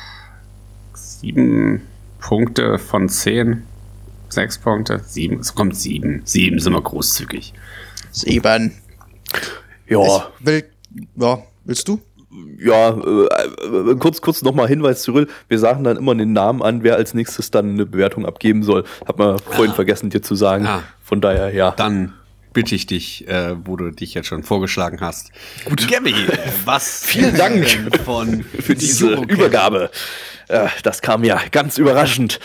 7 Punkte von 10. 6 Punkte, 7. Es kommt 7. 7 sind wir großzügig. 7. Ja. Willst du? kurz nochmal Hinweis, Cyril, wir sagen dann immer den Namen an, wer als nächstes dann eine Bewertung abgeben soll. Hat man vorhin vergessen, dir zu sagen. Von daher, ja. Dann bitte ich dich, wo du dich jetzt schon vorgeschlagen hast. Gut, Gabby, vielen Dank für diese Übergabe. Das kam ja ganz überraschend.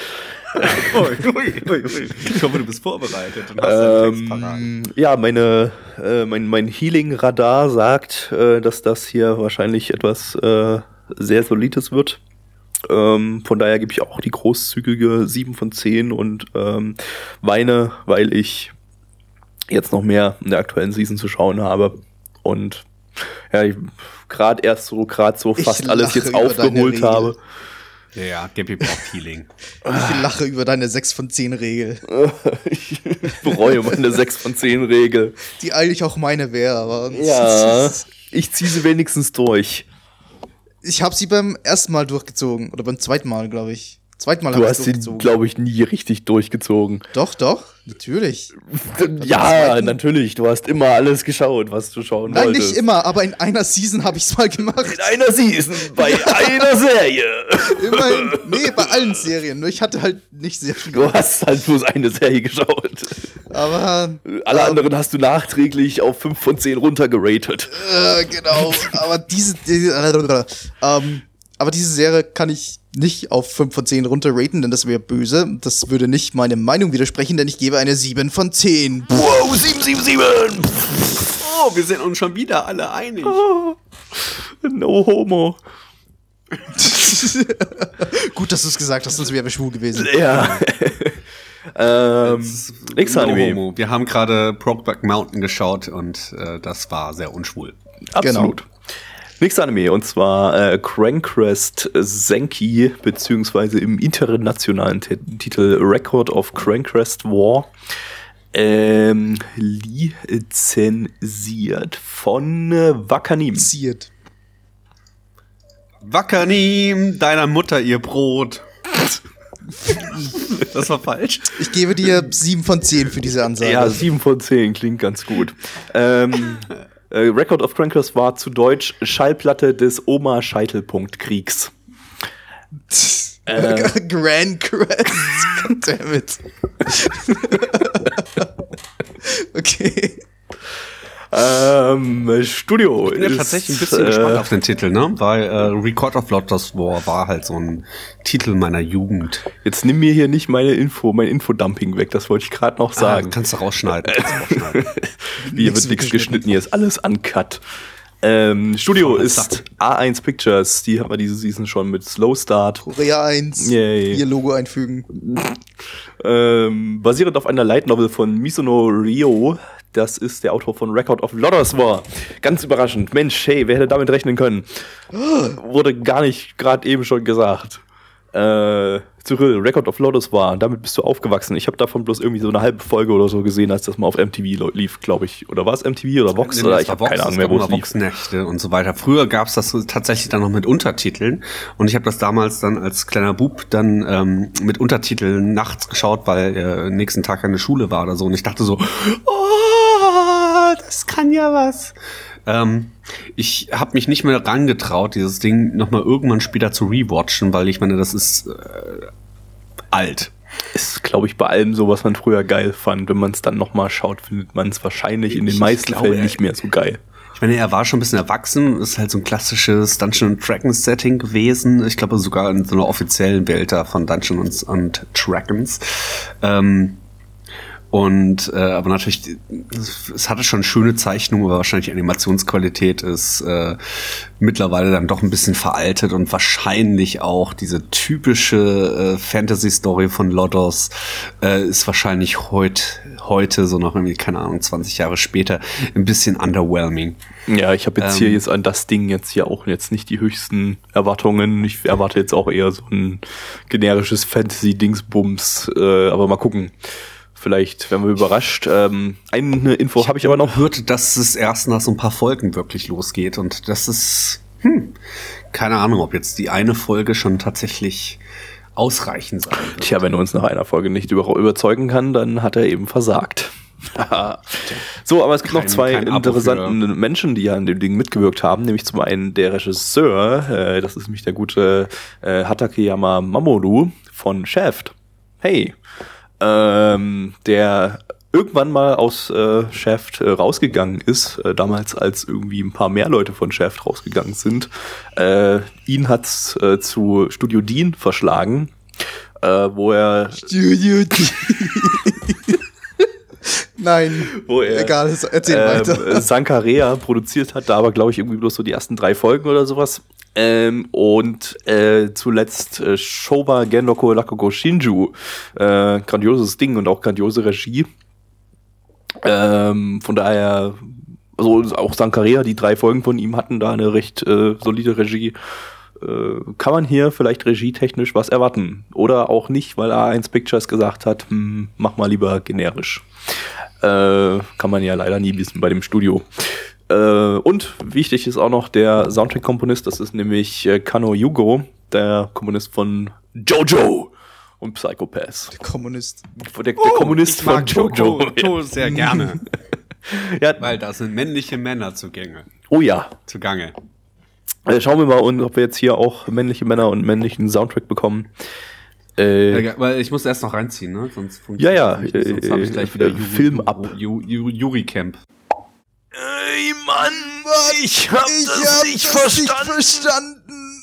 Ich hoffe, du bist vorbereitet und hast den Text parat. Ja, mein Healing-Radar sagt, dass das hier wahrscheinlich etwas sehr Solides wird. Von daher gebe ich auch die großzügige 7 von 10 und weine, weil ich jetzt noch mehr in der aktuellen Season zu schauen habe. Und ja, ich gerade so fast alles jetzt aufgeholt habe. Ja, Gabby braucht Healing. Ich lache über deine 6 von 10 Regel. Ich bereue meine 6 von 10 Regel. Die eigentlich auch meine wäre, aber... Ja, ich ziehe sie wenigstens durch. Ich habe sie beim ersten Mal durchgezogen. Oder beim zweiten Mal, glaube ich. Du hast sie, glaube ich, nie richtig durchgezogen. Doch, natürlich. Ja, natürlich. Du hast immer alles geschaut, was du schauen wolltest. Nein, nicht immer, aber in einer Season habe ich es mal gemacht. In einer Season? Bei einer Serie? Immerhin, bei allen Serien. Nur ich hatte halt nicht sehr viel. Du hast halt bloß eine Serie geschaut. Aber alle anderen hast du nachträglich auf 5 von 10 runtergeratet. Genau. Aber diese Serie kann ich nicht auf 5 von 10 runterraten, denn das wäre böse. Das würde nicht meine Meinung widersprechen, denn ich gebe eine 7 von 10. Wow, 777! Oh, wir sind uns schon wieder alle einig. Oh, no homo. Gut, dass du es gesagt hast, sonst wäre ich schwul gewesen. Ja. Nächster Anime. Homo. Wir haben gerade Brokeback Mountain geschaut und das war sehr unschwul. Absolut. Genau. Nächster Anime, und zwar Crankcrest Senki, beziehungsweise im internationalen Titel Record of Crankcrest War, lizenziert von Wakanim. Wakanim, deiner Mutter ihr Brot. Das war falsch. Ich gebe dir 7 von 10 für diese Ansage. Ja, 7 von 10 klingt ganz gut. Record of Crankcrest war zu Deutsch Schallplatte des Oma-Scheitelpunkt-Kriegs. Crankcrest. Goddammit. Okay. Studio. Ich bin ja tatsächlich ein bisschen gespannt auf den Titel, ne? Weil Record of Lotus War war halt so ein Titel meiner Jugend. Jetzt nimm mir hier nicht mein Infodumping weg, das wollte ich gerade noch sagen. Kannst du rausschneiden. Hier wird nichts geschnitten, hier ist alles uncut. Studio ist A1 Pictures, die haben wir diese Season schon mit Slow Start. Korea 1, ihr Logo einfügen. Basierend auf einer Light Novel von Misono Ryo. Das ist der Autor von Record of Lotus War. Ganz überraschend. Mensch, hey, wer hätte damit rechnen können? Wurde gar nicht gerade eben schon gesagt. Cyril, Record of Lotus War, damit bist du aufgewachsen. Ich habe davon bloß irgendwie so eine halbe Folge oder so gesehen, als das mal auf MTV lief, glaube ich. Oder war es MTV oder Vox? Oder ich habe keine Ahnung mehr, wo es lief. Vox-Nächte und so weiter. Früher gab es das tatsächlich dann noch mit Untertiteln. Und ich habe das damals dann als kleiner Bub dann mit Untertiteln nachts geschaut, weil nächsten Tag eine Schule war oder so. Und ich dachte so, oh, das kann ja was. Ich habe mich nicht mehr rangetraut, dieses Ding nochmal irgendwann später zu rewatchen, weil ich meine, das ist alt. Ist, glaube ich, bei allem so, was man früher geil fand. Wenn man es dann nochmal schaut, findet man es wahrscheinlich in den meisten Fällen nicht mehr so geil. Ich meine, er war schon ein bisschen erwachsen, ist halt so ein klassisches Dungeons & Dragons Setting gewesen. Ich glaube sogar in so einer offiziellen Welt da von Dungeons & Dragons. Aber natürlich, es hatte schon schöne Zeichnungen, aber wahrscheinlich die Animationsqualität ist mittlerweile dann doch ein bisschen veraltet und wahrscheinlich auch diese typische Fantasy-Story von Lodos ist wahrscheinlich heute so noch irgendwie, keine Ahnung, 20 Jahre später ein bisschen underwhelming. Ja, ich habe jetzt hier jetzt an das Ding jetzt hier auch jetzt nicht die höchsten Erwartungen. Ich erwarte jetzt auch eher so ein generisches Fantasy-Dingsbums, aber mal gucken. Vielleicht werden wir überrascht. Eine Info habe ich aber noch. Gehört, dass es erst nach so ein paar Folgen wirklich losgeht. Und das ist, keine Ahnung, ob jetzt die eine Folge schon tatsächlich ausreichend sein wird. Tja, wenn er uns nach einer Folge nicht überzeugen kann, dann hat er eben versagt. So, aber es gibt noch zwei interessanten Menschen, die ja an dem Ding mitgewirkt haben, nämlich zum einen der Regisseur, das ist nämlich der gute Hatakeyama Mamoru von Shaft. Hey, der irgendwann mal aus Shaft rausgegangen ist, damals als irgendwie ein paar mehr Leute von Shaft rausgegangen sind. Ihn hat's zu Studio Dean verschlagen, wo er Studio Dean. Nein, wo er egal, erzähl weiter. Sankarea produziert hat, da aber glaube ich irgendwie bloß so die ersten 3 Folgen oder sowas. Und zuletzt Shoba Genroku Rakugo Shinju. Grandioses Ding und auch grandiose Regie. Von daher, also auch Sankarea, die 3 Folgen von ihm hatten da eine recht solide Regie. Kann man hier vielleicht regietechnisch was erwarten? Oder auch nicht, weil A1 Pictures gesagt hat, mach mal lieber generisch. Kann man ja leider nie wissen bei dem Studio. Und wichtig ist auch noch der Soundtrack-Komponist, das ist nämlich Kano Yugo, der Komponist von Jojo und Psycho-Pass. Der Kommunist. Der Kommunist von Jojo. Jojo sehr gerne. Ja. Weil da sind männliche Männer zugange. Oh ja. Zugange. Schauen wir mal, ob wir jetzt hier auch männliche Männer und männlichen Soundtrack bekommen. Weil ich muss erst noch reinziehen, ne? Sonst funktioniert ja, nicht. Sonst habe ich gleich wieder Film ab. Yuri Camp. Ey, Mann, ich hab das nicht verstanden.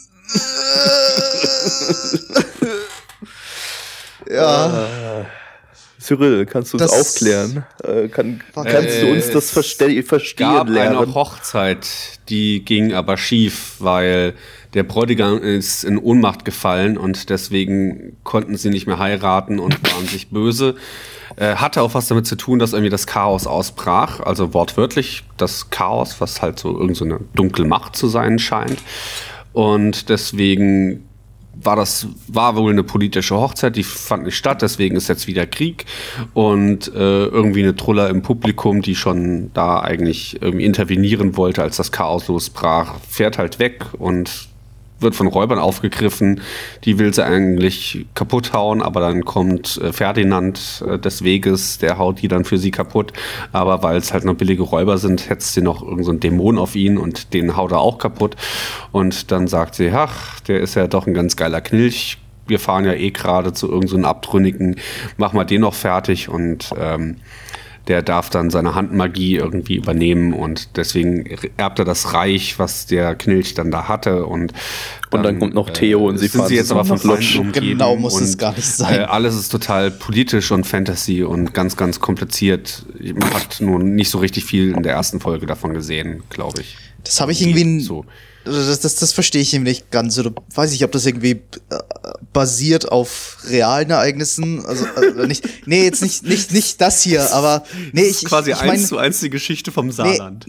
Ja. Cyril, kannst du das aufklären? Kannst du uns das verstehen gab lernen? Eine Hochzeit, die ging aber schief, weil der Bräutigam ist in Ohnmacht gefallen und deswegen konnten sie nicht mehr heiraten und waren sich böse. Hatte auch was damit zu tun, dass irgendwie das Chaos ausbrach, also wortwörtlich das Chaos, was halt so irgend so eine dunkle Macht zu sein scheint. Und deswegen war wohl eine politische Hochzeit, die fand nicht statt, deswegen ist jetzt wieder Krieg und irgendwie eine Truller im Publikum, die schon da eigentlich irgendwie intervenieren wollte, als das Chaos losbrach, fährt halt weg und wird von Räubern aufgegriffen, die will sie eigentlich kaputt hauen, aber dann kommt Ferdinand des Weges, der haut die dann für sie kaputt, aber weil es halt noch billige Räuber sind, hetzt sie noch irgend so einen Dämon auf ihn und den haut er auch kaputt und dann sagt sie, ach, der ist ja doch ein ganz geiler Knilch, wir fahren ja eh gerade zu irgend so einem Abtrünnigen, mach mal den noch fertig und der darf dann seine Handmagie irgendwie übernehmen und deswegen erbt er das Reich, was der Knilch dann da hatte und dann kommt noch Theo und sie sind sie jetzt aber von Feinden umgeben. Genau, muss es gar nicht sein. Alles ist total politisch und Fantasy und ganz, ganz kompliziert. Man hat nur nicht so richtig viel in der ersten Folge davon gesehen, glaube ich. Das habe ich irgendwie so. Das verstehe ich eben nicht ganz. Oder weiß ich, ob das irgendwie basiert auf realen Ereignissen. Also nicht. Nee, jetzt nicht das hier, aber nee, das ist quasi 1:1 die Geschichte vom Saarland.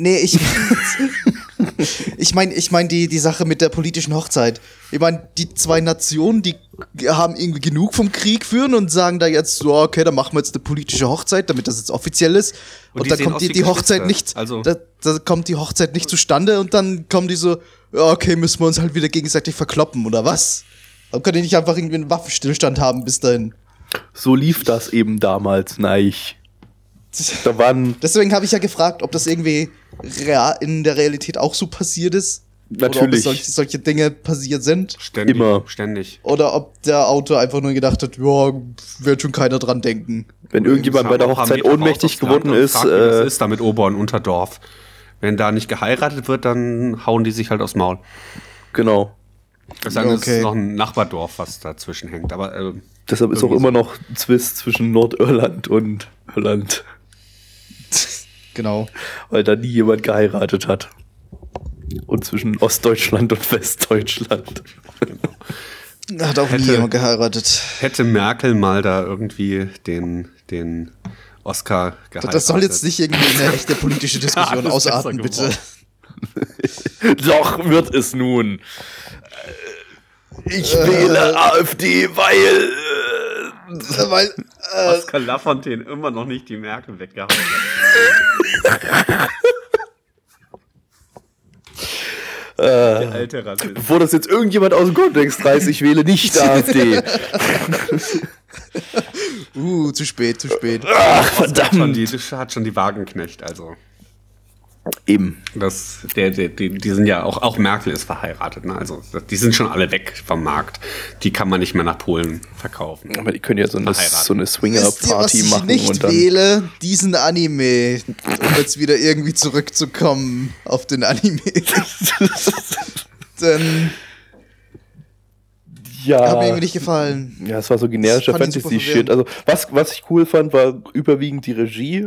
Ich meine die Sache mit der politischen Hochzeit. Ich meine, die 2 Nationen, die haben irgendwie genug vom Krieg führen und sagen da jetzt so, okay, dann machen wir jetzt eine politische Hochzeit, damit das jetzt offiziell ist. Und dann kommt die Hochzeit nicht, also da kommt die Hochzeit nicht zustande und dann kommen die so, ja, okay, müssen wir uns halt wieder gegenseitig verkloppen, oder was? Dann können die nicht einfach irgendwie einen Waffenstillstand haben bis dahin. So lief das eben damals, nein. Deswegen habe ich ja gefragt, ob das irgendwie in der Realität auch so passiert ist. Natürlich. Oder ob solche Dinge passiert sind. Ständig. Oder ob der Autor einfach nur gedacht hat, ja, wird schon keiner dran denken. Wenn irgendjemand bei der Hochzeit ohnmächtig geworden ist. Was ist da mit Ober- und Unterdorf? Wenn da nicht geheiratet wird, dann hauen die sich halt aufs Maul. Genau. Das ist noch ein Nachbardorf, was dazwischen hängt. Aber deshalb ist auch immer noch ein Zwist zwischen Nordirland und Irland. Genau. Weil da nie jemand geheiratet hat. Und zwischen Ostdeutschland und Westdeutschland. Genau. Hat auch nie jemand geheiratet. Hätte Merkel mal da irgendwie den Oscar geheiratet. Das soll jetzt nicht irgendwie eine echte politische Diskussion ausarten, bitte. Doch, wird es nun. Ich wähle AfD, weil Oskar Lafontaine immer noch nicht die Merkel weggehauen hat. Der alte Rassist. Bevor das jetzt irgendjemand aus dem Kontext reißt, ich wähle nicht AfD. Zu spät. Ach, verdammt. Das hat schon die Wagenknecht, also. Eben. Die sind ja auch Merkel ist verheiratet, ne? Also die sind schon alle weg vom Markt. Die kann man nicht mehr nach Polen verkaufen. Aber die können ja so eine Swinger-Party machen. Ich nicht wähle, diesen Anime, um jetzt wieder irgendwie zurückzukommen auf den Anime. Dann hat mir irgendwie nicht gefallen. Ja, es war so generischer Fantasy-Shit. Also was ich cool fand, war überwiegend die Regie.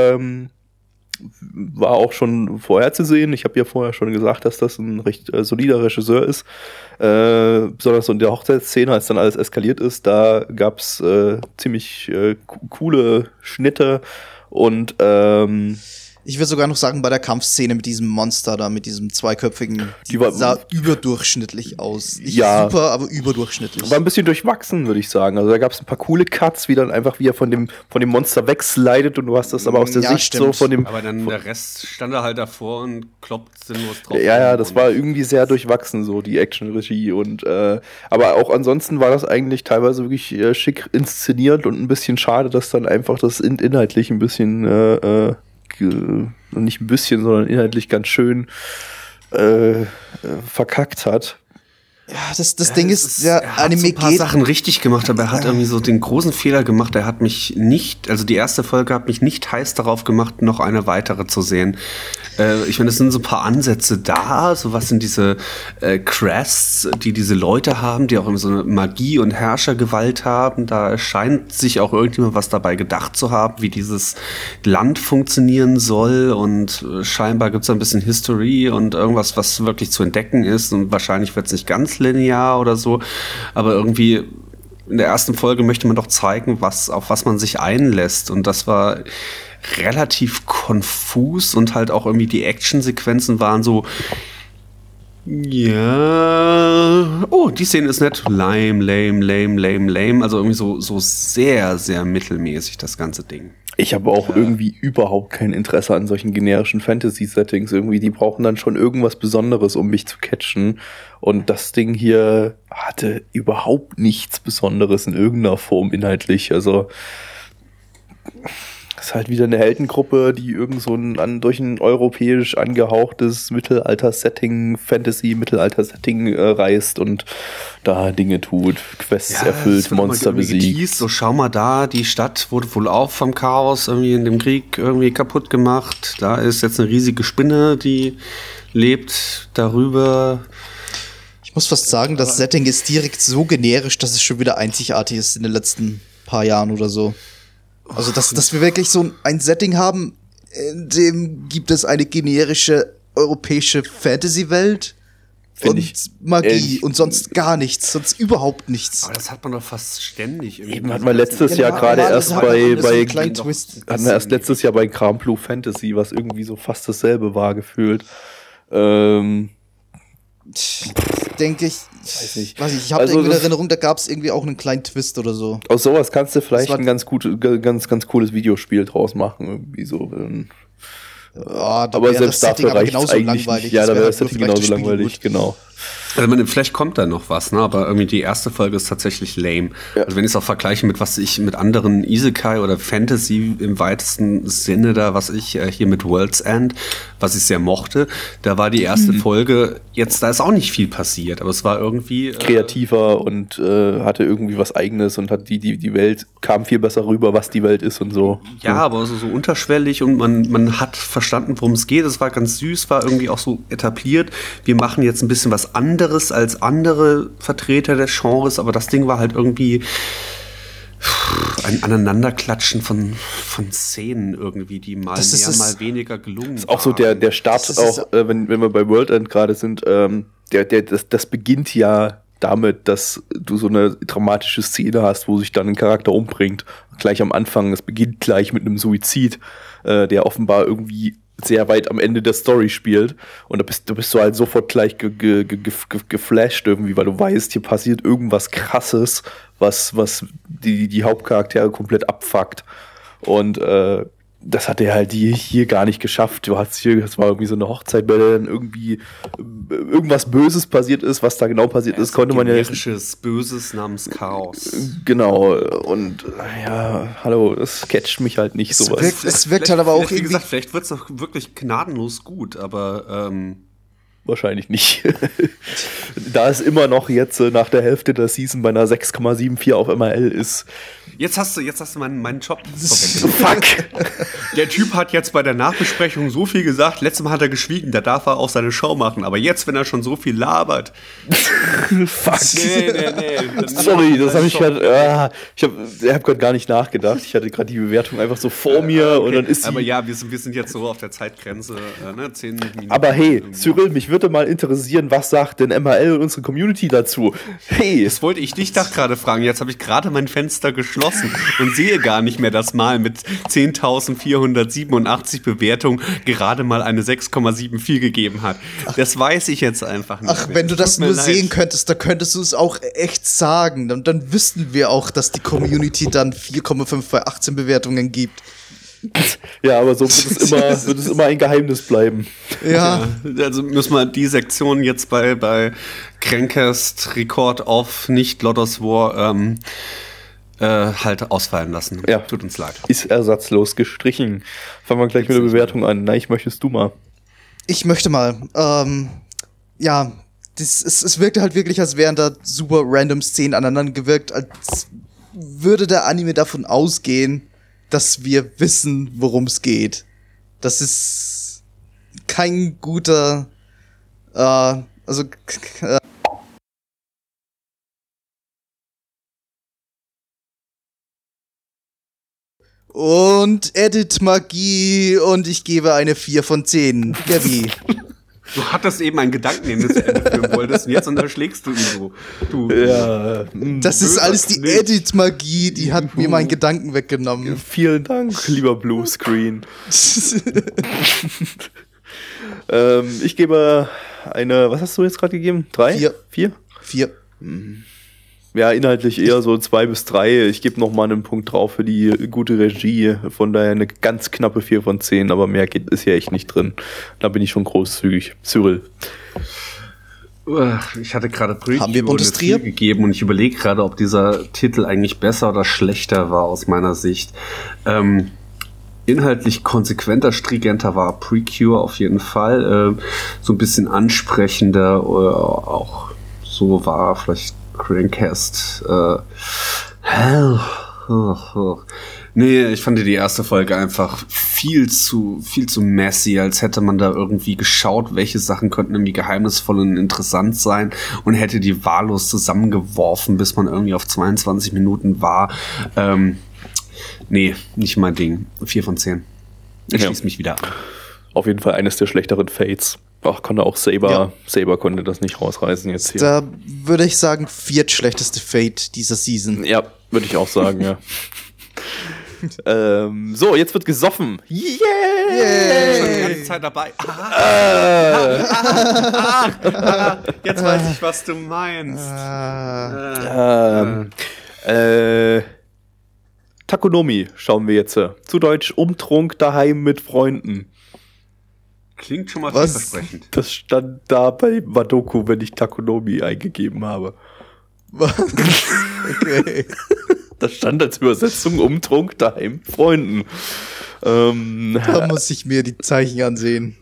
War auch schon vorherzusehen. Ich habe ja vorher schon gesagt, dass das ein recht solider Regisseur ist. Besonders so in der Hochzeitsszene, als dann alles eskaliert ist, da gab's ziemlich coole Schnitte und ich würde sogar noch sagen, bei der Kampfszene mit diesem Monster da, mit diesem zweiköpfigen, die sah überdurchschnittlich aus. Nicht ja, super, aber überdurchschnittlich. War ein bisschen durchwachsen, würde ich sagen. Also da gab es ein paar coole Cuts, wie er von dem Monster wegslidet und du hast das aber aus der Sicht stimmt. so von dem... Aber dann der Rest stand da halt davor und kloppt sinnlos drauf. Ja, das war irgendwie sehr durchwachsen, so die Action-Regie und aber auch ansonsten war das eigentlich teilweise wirklich schick inszeniert und ein bisschen schade, dass dann einfach das inhaltlich ein bisschen nicht ein bisschen, sondern inhaltlich ganz schön verkackt hat. Ja, das Ding ist, der Anime hat so ein paar Sachen richtig gemacht, aber er hat irgendwie so den großen Fehler gemacht. Er hat mich nicht, also die erste Folge hat mich nicht heiß darauf gemacht, noch eine weitere zu sehen. Ich meine, es sind so ein paar Ansätze da, so was sind diese Crests, die diese Leute haben, die auch immer so eine Magie und Herrschergewalt haben. Da scheint sich auch irgendjemand was dabei gedacht zu haben, wie dieses Land funktionieren soll und scheinbar gibt es ein bisschen History und irgendwas, was wirklich zu entdecken ist und wahrscheinlich wird es nicht ganz linear oder so, aber irgendwie in der ersten Folge möchte man doch zeigen, auf was man sich einlässt und das war relativ konfus und halt auch irgendwie die Actionsequenzen waren so ja, oh, die Szene ist nett, lame, also irgendwie so sehr, sehr mittelmäßig das ganze Ding. Ich habe auch irgendwie überhaupt kein Interesse an solchen generischen Fantasy-Settings. Irgendwie, die brauchen dann schon irgendwas Besonderes, um mich zu catchen. Und das Ding hier hatte überhaupt nichts Besonderes in irgendeiner Form inhaltlich. Also es ist halt wieder eine Heldengruppe, die irgend so durch ein europäisch angehauchtes Mittelalter-Setting, Fantasy-Mittelalter-Setting reist und da Dinge tut, Quests erfüllt, Monster besiegt. So, schau mal da, die Stadt wurde wohl auch vom Chaos irgendwie in dem Krieg irgendwie kaputt gemacht. Da ist jetzt eine riesige Spinne, die lebt darüber. Ich muss fast sagen, das Setting ist direkt so generisch, dass es schon wieder einzigartig ist in den letzten paar Jahren oder so. Also, dass wir wirklich so ein Setting haben, in dem gibt es eine generische europäische Fantasy-Welt und Magie und sonst gar nichts, sonst überhaupt nichts. Aber das hat man doch fast ständig. Eben hat man letztes Jahr gerade erst letztes Jahr bei Grand Blue Fantasy, was irgendwie so fast dasselbe war, gefühlt. Denke ich, weiß ich habe also irgendwie in Erinnerung, da gab es irgendwie auch einen kleinen Twist oder so. Aus sowas kannst du vielleicht ein ganz cooles Videospiel draus machen, irgendwie so. Aber selbst dafür reicht es eigentlich nicht. Ja, da wäre das Setting genauso langweilig, genau. Also vielleicht kommt da noch was, ne? Aber irgendwie die erste Folge ist tatsächlich lame. Ja. Also wenn ich es auch vergleiche mit was ich mit anderen Isekai oder Fantasy im weitesten Sinne da, was ich hier mit World's End, was ich sehr mochte, da war die erste Folge, da ist auch nicht viel passiert, aber es war irgendwie kreativer und hatte irgendwie was Eigenes und hat die Welt kam viel besser rüber, was die Welt ist und so. Ja, aber so unterschwellig und man hat verstanden, worum es geht. Es war ganz süß, war irgendwie auch so etabliert. Wir machen jetzt ein bisschen was anderes als andere Vertreter des Genres, aber das Ding war halt irgendwie ein Aneinanderklatschen von Szenen irgendwie, die mal mehr, mal weniger gelungen ist. Auch so der Start, auch wenn wir bei World End gerade sind, das beginnt ja damit, dass du so eine dramatische Szene hast, wo sich dann ein Charakter umbringt. Gleich am Anfang, es beginnt gleich mit einem Suizid, der offenbar irgendwie sehr weit am Ende der Story spielt und da bist du halt sofort gleich geflasht irgendwie, weil du weißt, hier passiert irgendwas Krasses, was die Hauptcharaktere komplett abfuckt und das hat er halt hier gar nicht geschafft. Du hast hier, das war irgendwie so eine Hochzeit, bei der dann irgendwie irgendwas Böses passiert ist. Was da genau passiert ist, konnte man ja nicht. Generisches Böses namens Chaos. Genau, und ja, hallo, das catcht mich halt nicht sowas. Es wirkt halt aber auch irgendwie... Wie gesagt, vielleicht wird es doch wirklich gnadenlos gut, aber wahrscheinlich nicht. Da es immer noch jetzt nach der Hälfte der Season bei einer 6,74 auf MRL ist. Jetzt hast du meinen Job vorweggenommen. Fuck! Der Typ hat jetzt bei der Nachbesprechung so viel gesagt, letztes Mal hat er geschwiegen, da darf er auch seine Show machen, aber jetzt, wenn er schon so viel labert. Fuck. Nee. Sorry, das habe ich gerade, ich habe gerade gar nicht nachgedacht. Ich hatte gerade die Bewertung einfach so vor mir und dann ist sie. Aber ja, wir sind jetzt so auf der Zeitgrenze, 10 Minuten. Aber hey, Cyril, mich würde mal interessieren, was sagt denn MRL und unsere Community dazu? Hey! Das wollte ich dich doch gerade fragen. Jetzt habe ich gerade mein Fenster geschlossen und sehe gar nicht mehr, dass mal mit 10.487 Bewertungen gerade mal eine 6,74 gegeben hat. Das weiß ich jetzt einfach nicht. Ach, wenn du das nur sehen könntest, da könntest du es auch echt sagen. Dann wüssten wir auch, dass die Community dann 4,5 bei 18 Bewertungen gibt. Ja, aber so wird es immer ein Geheimnis bleiben. Ja. Also müssen wir die Sektion jetzt bei Crankcast Record auf nicht Lodos War halt ausfallen lassen. Ja. Tut uns leid. Ist ersatzlos gestrichen. Fangen wir gleich mit der Bewertung an. Nein, möchtest du mal? Ich möchte mal. Ja, es wirkte halt wirklich, als wären da super random Szenen aneinander gewirkt, als würde der Anime davon ausgehen, dass wir wissen, worum es geht. Das ist kein guter, und Edit-Magie und ich gebe eine 4 von 10. Gabi. Du hattest eben einen Gedanken, den du zu Ende führen wolltest und jetzt unterschlägst du ihn so. Ja. Das ist alles die Edit-Magie, die hat mir meinen Gedanken weggenommen. Vielen Dank, lieber Bluescreen. Ich gebe eine, was hast du jetzt gerade gegeben? 3? 4? 4. Ja, inhaltlich eher so 2 bis 3. Ich gebe noch mal einen Punkt drauf für die gute Regie. Von daher eine ganz knappe 4 von 10, aber mehr ist hier echt nicht drin. Da bin ich schon großzügig. Cyril. Ich hatte gerade Preview Haben wir Bundestrier gegeben und ich überlege gerade, ob dieser Titel eigentlich besser oder schlechter war aus meiner Sicht. Inhaltlich konsequenter, stringenter war Precure auf jeden Fall. So ein bisschen ansprechender, auch so war vielleicht Crankcast. Nee, ich fand die erste Folge einfach viel zu messy, als hätte man da irgendwie geschaut, welche Sachen könnten irgendwie geheimnisvoll und interessant sein und hätte die wahllos zusammengeworfen, bis man irgendwie auf 22 Minuten war. Nee, nicht mein Ding. 4 von 10. Ich schließe mich wieder an. Auf jeden Fall eines der schlechteren Fates. Ach, konnte auch Saber. Ja. Saber konnte das nicht rausreißen jetzt hier. Da würde ich sagen, 4. schlechteste Fate dieser Season. Ja, würde ich auch sagen, ja. So, jetzt wird gesoffen. Yeah! Schon die ganze Zeit dabei. Jetzt weiß ich, was du meinst. Takonomi schauen wir jetzt. Zu Deutsch Umtrunk daheim mit Freunden. Klingt schon mal vielversprechend. Das stand da bei Madoku, wenn ich Takonomi eingegeben habe. Was? Okay. Das stand als Übersetzung Umtrunk daheim mit Freunden. Da muss ich mir die Zeichen ansehen.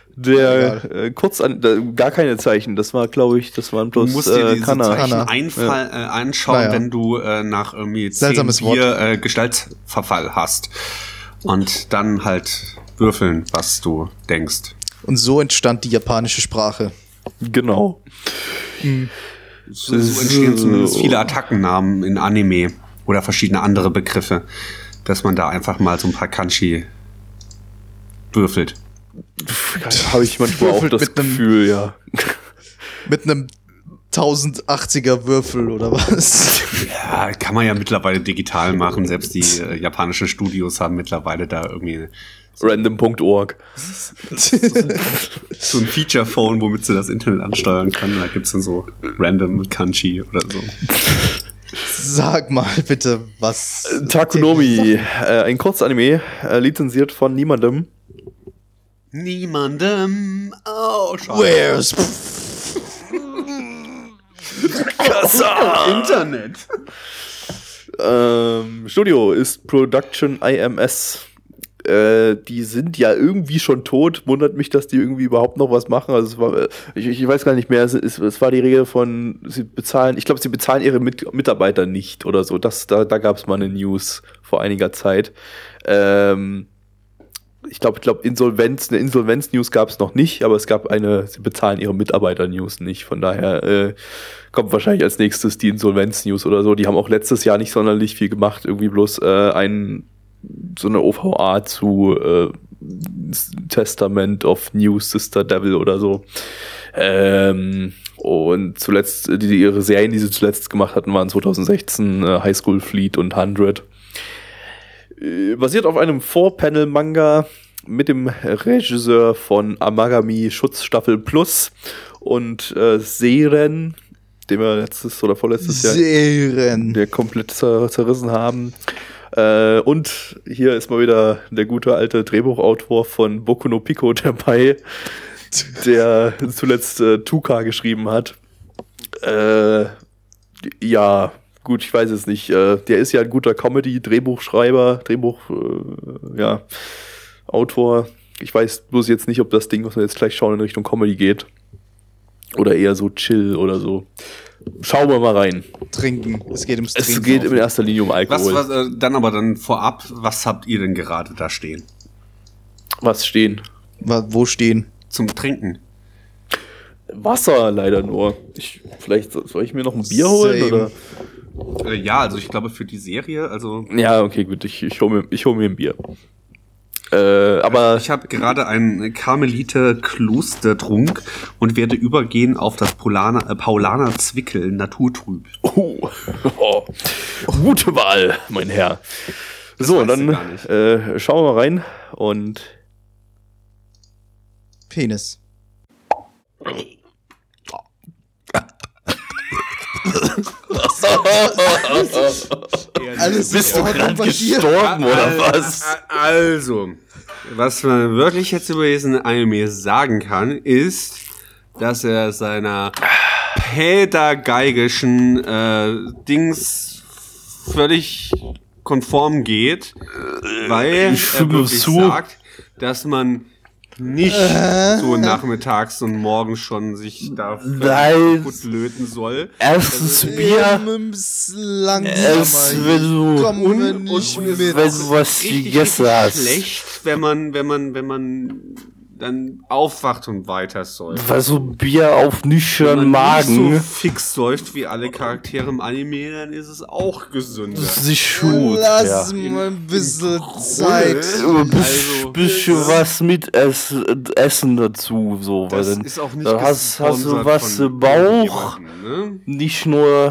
Gar keine Zeichen. Das war, glaube ich, das waren bloß du musst dir diese Kana. Zeichen anschauen, wenn du nach irgendwie 10 Bier Gestaltverfall hast. Und dann halt würfeln, was du denkst. Und so entstand die japanische Sprache. Genau. So entstehen zumindest viele Attackennamen in Anime oder verschiedene andere Begriffe, dass man da einfach mal so ein paar Kanji würfelt. Habe ich manchmal auch das Gefühl, ja. Mit einem 1080er Würfel oder was? Ja, kann man ja mittlerweile digital machen. Selbst die japanischen Studios haben mittlerweile da irgendwie random.org. So ein Feature-Phone, womit sie das Internet ansteuern kann. Da gibt's dann so random Kanji oder so. Sag mal bitte, was... Takonomi, ein Kurzanime, lizenziert von niemandem. Niemandem. Oh, schade. Where's... Internet. Studio ist Production IMS. Die sind ja irgendwie schon tot. Wundert mich, dass die irgendwie überhaupt noch was machen. Also es war, ich weiß gar nicht mehr. Es war die Rede von, sie bezahlen ihre Mitarbeiter nicht oder so. Da gab es mal eine News vor einiger Zeit. Ich glaube, eine Insolvenz-News gab es noch nicht, aber es gab sie bezahlen ihre Mitarbeiter-News nicht. Von daher kommt wahrscheinlich als nächstes die Insolvenz-News oder so. Die haben auch letztes Jahr nicht sonderlich viel gemacht, irgendwie bloß so eine OVA zu Testament of New Sister Devil oder so. Und zuletzt, ihre Serien, die sie zuletzt gemacht hatten, waren 2016 High School Fleet und 100. Basiert auf einem 4-Panel-Manga mit dem Regisseur von Amagami Schutzstaffel Plus und Seren, den wir letztes oder vorletztes Jahr der komplett zerrissen haben. Und hier ist mal wieder der gute alte Drehbuchautor von Boku no Pico dabei, der zuletzt 2K geschrieben hat. Ja, gut, ich weiß es nicht. Der ist ja ein guter Comedy-Drehbuchschreiber, Autor. Ich weiß bloß jetzt nicht, ob das Ding, was wir jetzt gleich schauen, in Richtung Comedy geht. Oder eher so Chill oder so. Schauen wir mal rein. Trinken. Es geht ums Trinken. Es geht in erster Linie um Alkohol. Dann vorab, was habt ihr denn gerade da stehen? Was stehen? Wo stehen? Zum Trinken. Wasser leider nur. Vielleicht soll ich mir noch ein Bier holen? Oder? Ja, also ich glaube für die Serie, also... Ja, okay, gut, ich hol mir ein Bier. Aber ich habe gerade einen Karmeliter Klostertrunk und werde übergehen auf das Paulaner Zwickel Naturtrüb. Oh, gute Wahl, mein Herr. So, dann schauen wir mal rein und Penis. Alles bist du gerade gestorben oder was? Also, was man wirklich jetzt über diesen Anime sagen kann, ist, dass er seiner pädagogischen Dings völlig konform geht, weil er wirklich sagt, dass man nicht so nachmittags und morgens schon sich da gut löten soll. Erstens Bier. Wenn du was gegessen hast. Schlecht, wenn man dann aufwacht und weiter säuft. Weil so Bier auf nüchternen Magen. Wenn man nicht so fix säuft wie alle Charaktere im Anime, dann ist es auch gesünder. Das ist gut. Lass mal ein bisschen Zeit. Bisschen was mit Essen dazu. So, das weil dann, ist auch nicht dann hast du was im Bauch. Ne? Nicht nur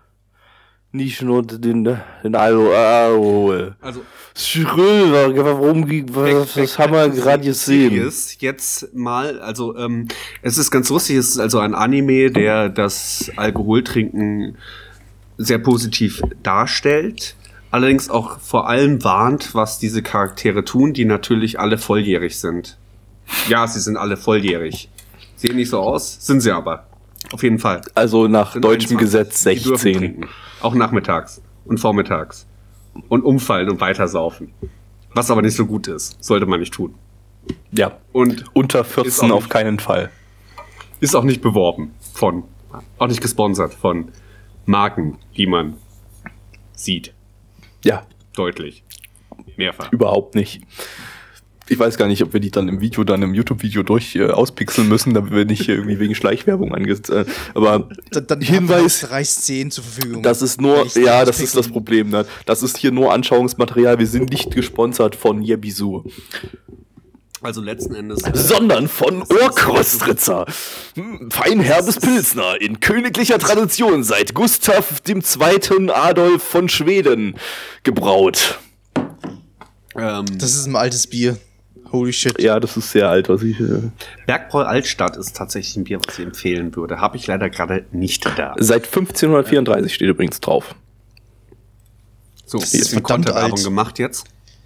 den Alkohol. Also Schrill, was haben wir gerade gesehen? Jetzt mal, also es ist ganz lustig, es ist also ein Anime, der das Alkoholtrinken sehr positiv darstellt, allerdings auch vor allem warnt, was diese Charaktere tun, die natürlich alle volljährig sind. Ja, sie sind alle volljährig. Sehen nicht so aus, sind sie aber. Auf jeden Fall. Also nach deutschem 21, Gesetz 16. Auch nachmittags und vormittags. Und umfallen und weitersaufen. Was aber nicht so gut ist. Sollte man nicht tun. Ja. Und unter 14 auf keinen Fall. Ist auch nicht beworben auch nicht gesponsert von Marken, die man sieht. Ja. Deutlich. Mehrfach. Überhaupt nicht. Ich weiß gar nicht, ob wir die dann im YouTube-Video auspixeln müssen, damit wir nicht irgendwie wegen Schleichwerbung angezeigt. Aber dann Hinweis, 3 Szenen zur Verfügung. Das ist nur, ja, das ist das Problem. Ne? Das ist hier nur Anschauungsmaterial. Wir sind nicht gesponsert von Yebisu. Also letzten Endes. Sondern von Ohrkostritzer. Feinherbes Pilsner in königlicher Tradition seit Gustav II. Adolf von Schweden gebraut. Das ist ein altes Bier. Holy shit. Ja, das ist sehr alt, was ich... Bergbräu Altstadt ist tatsächlich ein Bier, was ich empfehlen würde. Habe ich leider gerade nicht da. Seit 1534 steht übrigens drauf. So, ist bisschen Konterwerbung gemacht jetzt.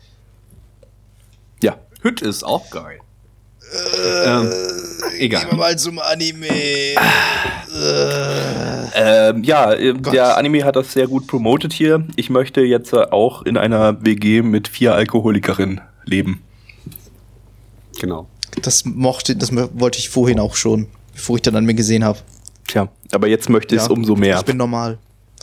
Ja. Hüt ist auch geil. Egal. Gehen wir mal zum Anime. Der Anime hat das sehr gut promotet hier. Ich möchte jetzt auch in einer WG mit 4 Alkoholikerinnen leben. Genau. Das wollte ich vorhin auch schon, bevor ich dann an mir gesehen habe. Tja, aber jetzt möchte ich es umso mehr. Ich bin normal.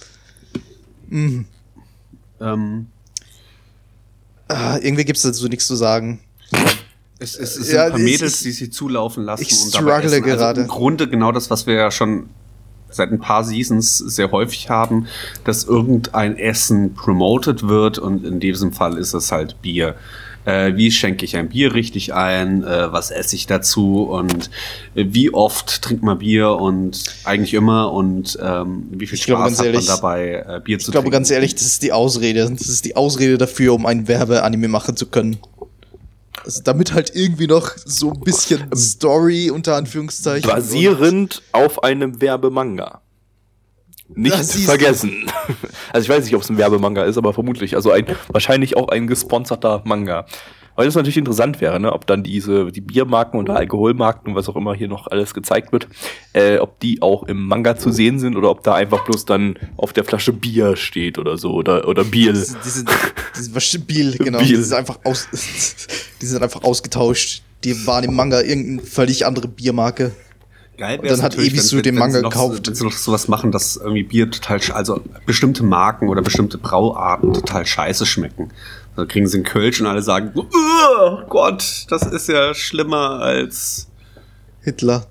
Irgendwie gibt es dazu nichts zu sagen. Es sind ein paar Mädels, die sich zulaufen lassen. Ich struggle gerade. Also im Grunde genau das, was wir ja schon seit ein paar Seasons sehr häufig haben, dass irgendein Essen promoted wird und in diesem Fall ist es halt Bier. Wie schenke ich ein Bier richtig ein? Was esse ich dazu? Und wie oft trinkt man Bier? Und eigentlich immer. Und wie viel Spaß hat man dabei, Bier zu trinken? Ich glaube ganz ehrlich, das ist die Ausrede. Das ist die Ausrede dafür, um ein Werbeanime machen zu können. Also damit halt irgendwie noch so ein bisschen Story unter Anführungszeichen. Basierend auf einem Werbemanga. Nicht vergessen. Also ich weiß nicht, ob es ein Werbemanga ist, aber vermutlich. Also wahrscheinlich auch ein gesponserter Manga. Weil das natürlich interessant wäre, ne? Ob dann die Biermarken und Alkoholmarken und was auch immer hier noch alles gezeigt wird, ob die auch im Manga zu sehen sind oder ob da einfach bloß dann auf der Flasche Bier steht oder so oder Bier. Diese Bier, genau. Die sind einfach ausgetauscht. Die waren im Manga irgendeine völlig andere Biermarke. Geil und dann hat Ebisu den Manga gekauft. Wenn sie noch sowas machen, dass irgendwie Bier total, also bestimmte Marken oder bestimmte Brauarten total scheiße schmecken. Da kriegen sie einen Kölsch und alle sagen, oh Gott, das ist ja schlimmer als Hitler.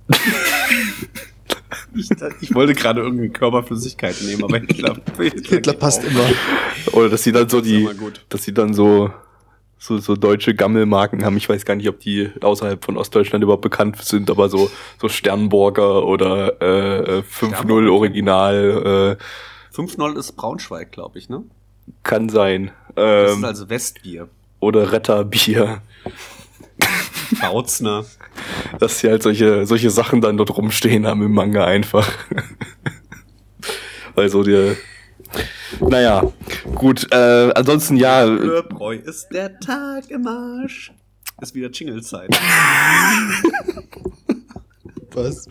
Ich wollte gerade irgendwie Körperflüssigkeit nehmen, aber Hitler passt immer. Oder dass sie dann so deutsche Gammelmarken haben. Ich weiß gar nicht, ob die außerhalb von Ostdeutschland überhaupt bekannt sind, aber so Sternburger oder 5-0 Original. 5-0 ist Braunschweig, glaube ich, ne? Kann sein. Das ist also Westbier. Oder Retterbier. Bautzner. Dass sie halt solche Sachen dann dort rumstehen haben im Manga einfach. Weil so naja, gut, ansonsten ja. Für Bräu ist der Tag im Arsch. Ist wieder Jingle-Zeit. Was?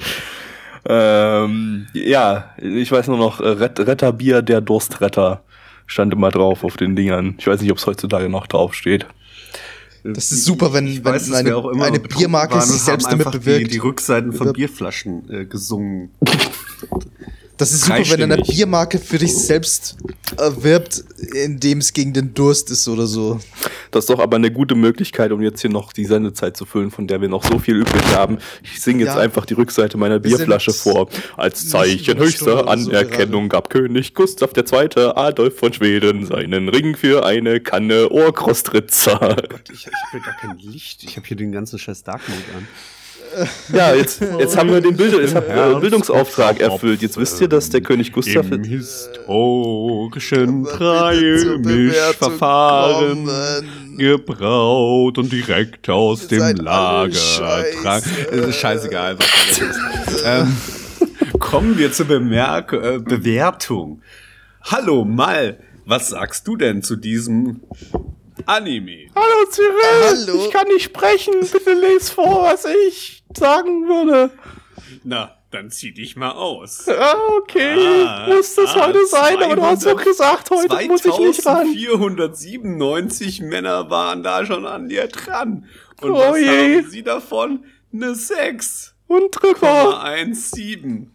Ja, ich weiß nur noch, Retterbier, der Durstretter stand immer drauf auf den Dingern. Ich weiß nicht, ob es heutzutage noch drauf steht. Das ist super, wenn eine Biermarke sich selbst damit bewirkt. Die Rückseiten von Bierflaschen gesungen. Das ist super, wenn eine Biermarke für dich selbst wirbt, indem es gegen den Durst ist oder so. Das ist doch aber eine gute Möglichkeit, um jetzt hier noch die Sendezeit zu füllen, von der wir noch so viel übrig haben. Ich singe jetzt einfach die Rückseite meiner Bierflasche vor. Als Zeichen höchster Anerkennung gab König Gustav II. Adolf von Schweden seinen Ring für eine Kanne Ohrkrostritzer. Ich habe hier gar kein Licht. Ich habe hier den ganzen scheiß Dark Mode an. Ja, jetzt haben wir den Bildungsauftrag erfüllt. Jetzt wisst ihr, dass der König Gustav im historischen Mischverfahren gebraut und direkt aus dem Lager trank. Es ist scheißegal, was das ist. Kommen wir zur Bewertung. Hallo Mal, was sagst du denn zu diesem Anime? Hallo Cyril, Hallo. Ich kann nicht sprechen. Bitte les vor, was ich sagen würde. Na, dann zieh dich mal aus. Okay, muss das heute sein, aber du hast doch gesagt, heute muss ich nicht ran. 497 Männer waren da schon an dir dran. Und was haben sie davon? Eine 6. Und Treffer. 1,7.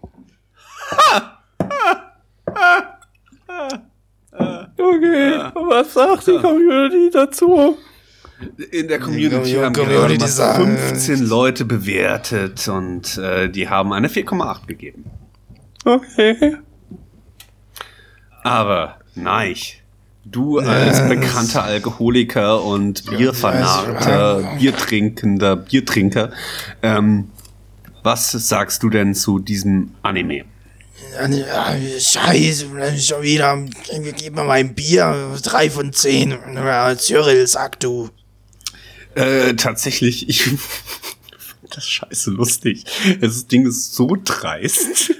Okay, was sagt die Community dazu? In der Community haben gerade 15 Leute bewertet und die haben eine 4,8 gegeben. Okay. Aber Neich, du als bekannter Alkoholiker und Bierfanatiker, Biertrinker, was sagst du denn zu diesem Anime? Scheiße, schon wieder. Gib mir mal ein Bier. 3 von 10. Cyril, sag du. Tatsächlich, ich finde das scheiße lustig. Das Ding ist so dreist.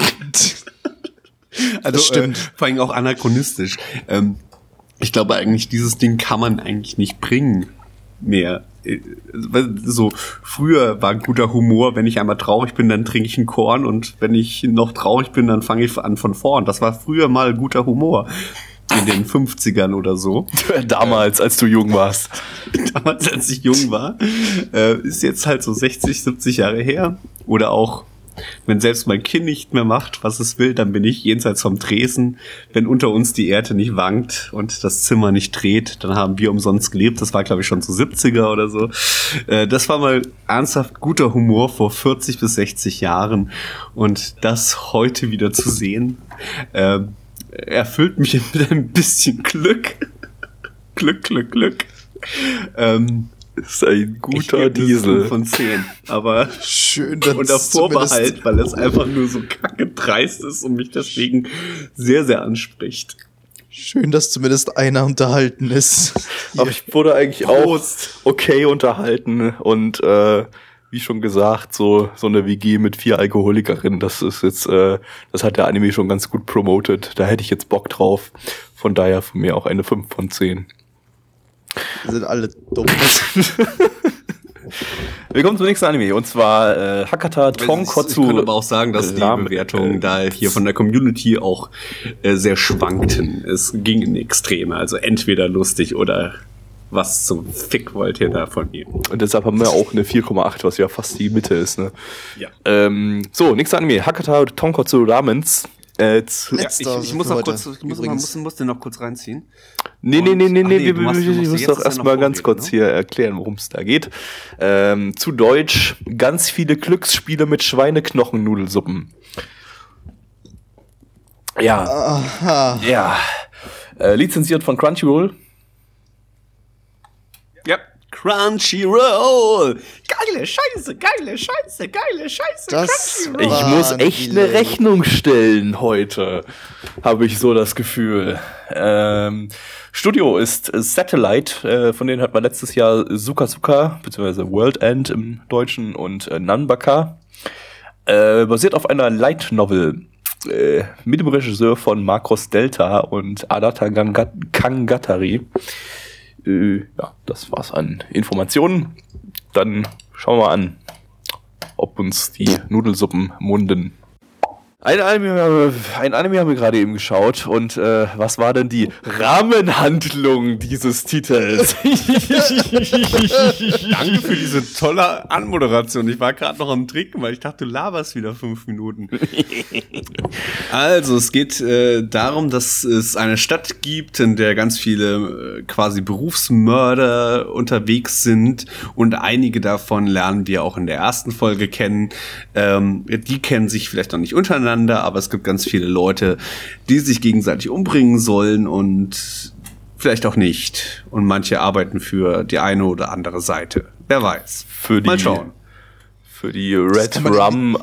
Also, das stimmt. Vor allem auch anachronistisch. Ich glaube eigentlich, dieses Ding kann man eigentlich nicht bringen mehr. so früher war guter Humor, wenn ich einmal traurig bin, dann trinke ich ein Korn und wenn ich noch traurig bin, dann fange ich an von vorn. Das war früher mal guter Humor. In den 50ern oder so. Damals, als du jung warst. Damals, als ich jung war. Ist jetzt halt so 60, 70 Jahre her. Oder auch, wenn selbst mein Kind nicht mehr macht, was es will, dann bin ich jenseits vom Tresen. Wenn unter uns die Erde nicht wankt und das Zimmer nicht dreht, dann haben wir umsonst gelebt. Das war, glaube ich, schon so 70er oder so. Das war mal ernsthaft guter Humor vor 40 bis 60 Jahren. Und das heute wieder zu sehen, erfüllt mich mit ein bisschen Glück. Glück. Ist ein guter Diesel. Von 10. Aber schön, dass unter Vorbehalt, weil es einfach nur so kacke dreist ist und mich deswegen sehr, sehr anspricht. Schön, dass zumindest einer unterhalten ist. Aber ich wurde eigentlich auch okay unterhalten und wie schon gesagt, so eine WG mit 4 Alkoholikerinnen, das ist jetzt, das hat der Anime schon ganz gut promotet. Da hätte ich jetzt Bock drauf. Von daher von mir auch eine 5 von 10. Wir sind alle dumm. Wir kommen zum nächsten Anime, und zwar Hakata Tonkotsu. Ich könnte aber auch sagen, dass die Bewertungen da hier von der Community auch sehr schwankten. Es ging in Extreme, also entweder lustig oder was zum Fick wollt ihr da von mir? Und deshalb haben wir auch eine 4,8, was ja fast die Mitte ist, ne? Ja. So, nächster Anime, Hakata Tonkotsu Ramens. Ich muss den noch kurz reinziehen. Nee, ich muss doch erstmal ganz kurz hier erklären, worum es da geht. Zu Deutsch, ganz viele Glücksspiele mit Schweineknochen-Nudelsuppen. Ja. Aha. Ja. Lizenziert von Crunchyroll. Ja. Crunchyroll! Geile Scheiße. Ich muss echt eine Rechnung stellen heute, habe ich so das Gefühl. Studio ist Satellite, von denen hat man letztes Jahr Suka, beziehungsweise World End im Deutschen, und Nanbaka. Basiert auf einer Light Novel mit dem Regisseur von Macross Delta und Adata Kangatari. Ja, das war's an Informationen. Dann schauen wir an, ob uns die Nudelsuppen munden. Ein Anime haben wir gerade eben geschaut, und was war denn die Rahmenhandlung dieses Titels? Danke für diese tolle Anmoderation. Ich war gerade noch am Trinken, weil ich dachte, du laberst wieder 5 Minuten. Also, es geht darum, dass es eine Stadt gibt, in der ganz viele quasi Berufsmörder unterwegs sind, und einige davon lernen wir auch in der ersten Folge kennen. Die kennen sich vielleicht noch nicht untereinander, aber es gibt ganz viele Leute, die sich gegenseitig umbringen sollen und vielleicht auch nicht. Und manche arbeiten für die eine oder andere Seite. Wer weiß. Mal schauen. Für die Red Rum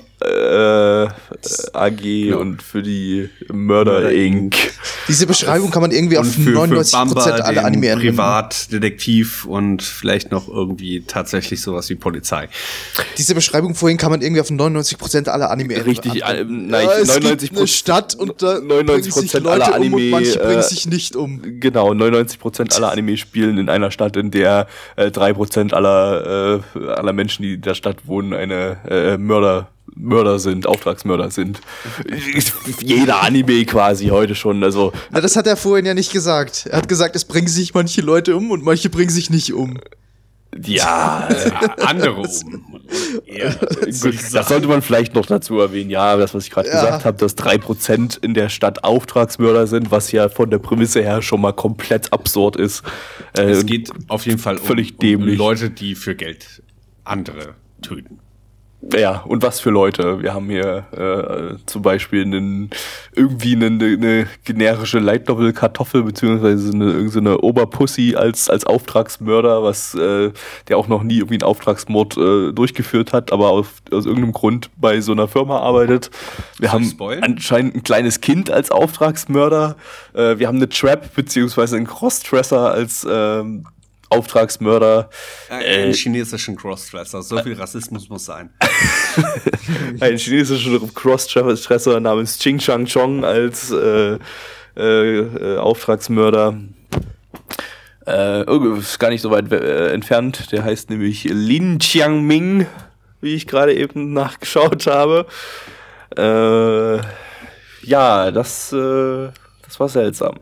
AG und für die Murder Inc. Diese Beschreibung kann man irgendwie auf 99% aller Anime anwenden. Privatdetektiv und vielleicht noch irgendwie tatsächlich sowas wie Polizei. Diese Beschreibung vorhin kann man irgendwie auf 99% aller Anime anwenden. Richtig, nein, 99%, es gibt eine Stadt und da 99% aller Anime und manche bringen sich nicht um. Genau, 99% aller Anime spielen in einer Stadt, in der 3% aller Menschen, die in der Stadt wohnen, eine Mörder sind, Auftragsmörder sind. Jeder Anime quasi heute schon, also. Na, das hat er vorhin ja nicht gesagt. Er hat gesagt, es bringen sich manche Leute um und manche bringen sich nicht um. Ja, andere um. Ja, gut, das sollte man vielleicht noch dazu erwähnen. Ja, das, was ich gerade gesagt habe, dass 3% in der Stadt Auftragsmörder sind, was ja von der Prämisse her schon mal komplett absurd ist. Es geht auf jeden Fall völlig dämlich. Um Leute, die für Geld andere töten. Ja, und was für Leute. Wir haben hier zum Beispiel eine generische Light Novel Kartoffel, beziehungsweise irgendeine Oberpussy als Auftragsmörder, der auch noch nie irgendwie einen Auftragsmord durchgeführt hat, aber aus irgendeinem Grund bei so einer Firma arbeitet. Wir haben anscheinend ein kleines Kind als Auftragsmörder. Wir haben eine Trap, beziehungsweise einen Crossdresser als Auftragsmörder. Einen chinesischen Crossdresser. So viel Rassismus muss sein. Ein chinesischer Crossdresser namens Ching Chang Chong als Auftragsmörder. Ist gar nicht so weit entfernt. Der heißt nämlich Lin Chiangming, wie ich gerade eben nachgeschaut habe. Ja, das war seltsam.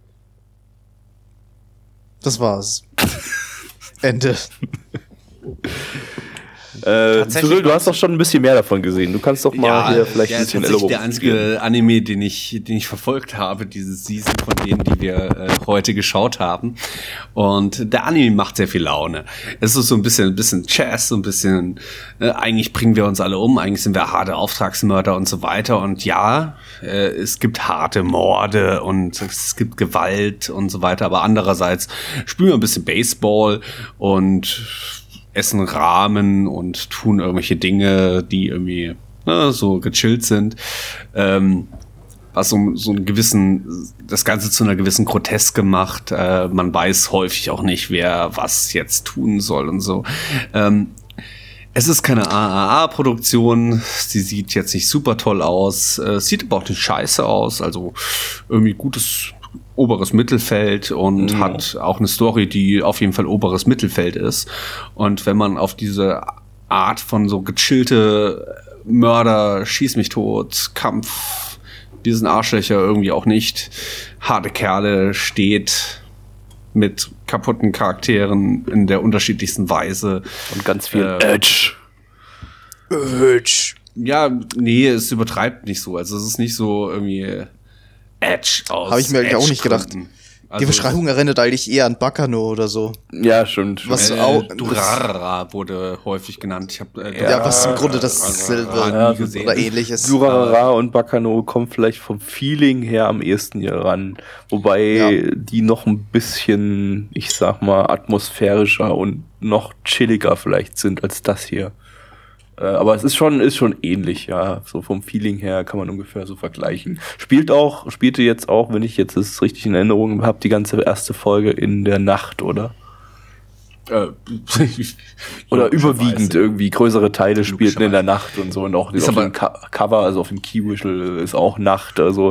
Das war's. Ende. Cyril, du hast doch schon ein bisschen mehr davon gesehen. Du kannst doch mal hier vielleicht ein bisschen Erinnerung. Der einzige Anime, den ich verfolgt habe, diese Season von denen, die wir heute geschaut haben. Und der Anime macht sehr viel Laune. Es ist so ein bisschen Jazz, so ein bisschen, eigentlich bringen wir uns alle um, eigentlich sind wir harte Auftragsmörder und so weiter. Und ja, es gibt harte Morde und es gibt Gewalt und so weiter. Aber andererseits spielen wir ein bisschen Baseball und essen Ramen und tun irgendwelche Dinge, die irgendwie so gechillt sind. Was so einen gewissen, das Ganze zu einer gewissen Groteske macht. Man weiß häufig auch nicht, wer was jetzt tun soll und so. Es ist keine AAA-Produktion. Sie sieht jetzt nicht super toll aus. Sieht aber auch nicht scheiße aus. Also irgendwie gutes oberes Mittelfeld und hat auch eine Story, die auf jeden Fall oberes Mittelfeld ist. Und wenn man auf diese Art von so gechillte Mörder, Schieß mich tot, Kampf, diesen Arschlöcher irgendwie auch nicht, harte Kerle steht mit kaputten Charakteren in der unterschiedlichsten Weise. Und ganz viel Edge. Ja, nee, es übertreibt nicht so. Also es ist nicht so irgendwie Edge aus. Habe ich mir eigentlich auch nicht gedacht. Also die Beschreibung erinnert eigentlich eher an Bakano oder so. Ja, stimmt. Was auch Durarara wurde häufig genannt. Ich hab, was im Grunde dasselbe oder ähnliches. Durarara und Bakano kommen vielleicht vom Feeling her am ehesten hier ran. Wobei die noch ein bisschen, ich sag mal, atmosphärischer und noch chilliger vielleicht sind als das hier. Aber es ist schon ähnlich, ja. So vom Feeling her kann man ungefähr so vergleichen. Spielte jetzt auch, wenn ich jetzt das richtig in Erinnerung habe, die ganze erste Folge in der Nacht, oder? Oder überwiegend irgendwie größere Teile spielten in der Nacht und so. Und auch auf dem Cover, also auf dem Key-Whistle ist auch Nacht. Also,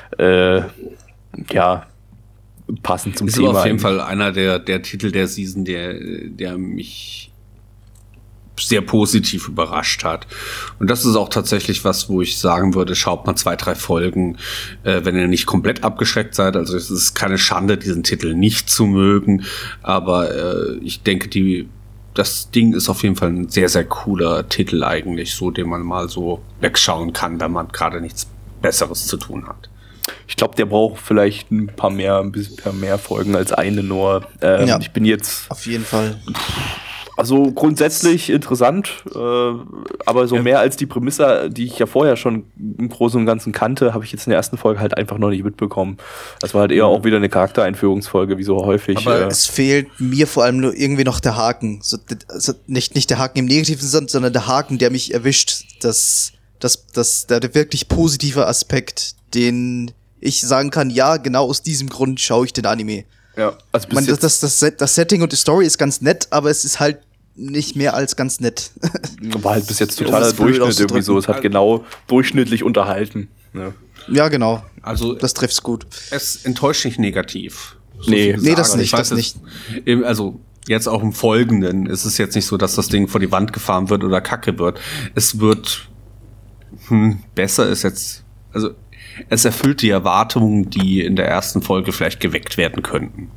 ja, passend zum Thema. Ist auf jeden Fall einer der Titel der Season, der mich sehr positiv überrascht hat. Und das ist auch tatsächlich was, wo ich sagen würde, schaut mal 2, 3 Folgen, wenn ihr nicht komplett abgeschreckt seid. Also es ist keine Schande, diesen Titel nicht zu mögen, aber ich denke, das Ding ist auf jeden Fall ein sehr, sehr cooler Titel eigentlich, so den man mal so wegschauen kann, wenn man gerade nichts Besseres zu tun hat. Ich glaube, der braucht vielleicht ein paar mehr Folgen als eine nur. Ich bin jetzt auf jeden Fall. Also grundsätzlich interessant, aber so mehr als die Prämisse, die ich ja vorher schon im Großen und Ganzen kannte, habe ich jetzt in der ersten Folge halt einfach noch nicht mitbekommen. Das war halt eher auch wieder eine Charaktereinführungsfolge, wie so häufig. Aber es fehlt mir vor allem nur irgendwie noch der Haken. Also nicht der Haken im negativen Sinn, sondern der Haken, der mich erwischt. Der wirklich positive Aspekt, den ich sagen kann, ja, genau aus diesem Grund schaue ich den Anime. Ja, also das Setting und die Story ist ganz nett, aber es ist halt nicht mehr als ganz nett. War halt bis jetzt totaler Durchschnitt irgendwie so. Es hat genau durchschnittlich unterhalten. Ja, genau. Also das trifft's gut. Es enttäuscht nicht negativ. So nee, das nicht. Also jetzt auch im Folgenden ist es jetzt nicht so, dass das Ding vor die Wand gefahren wird oder kacke wird. Es wird besser ist jetzt, also es erfüllt die Erwartungen, die in der ersten Folge vielleicht geweckt werden könnten.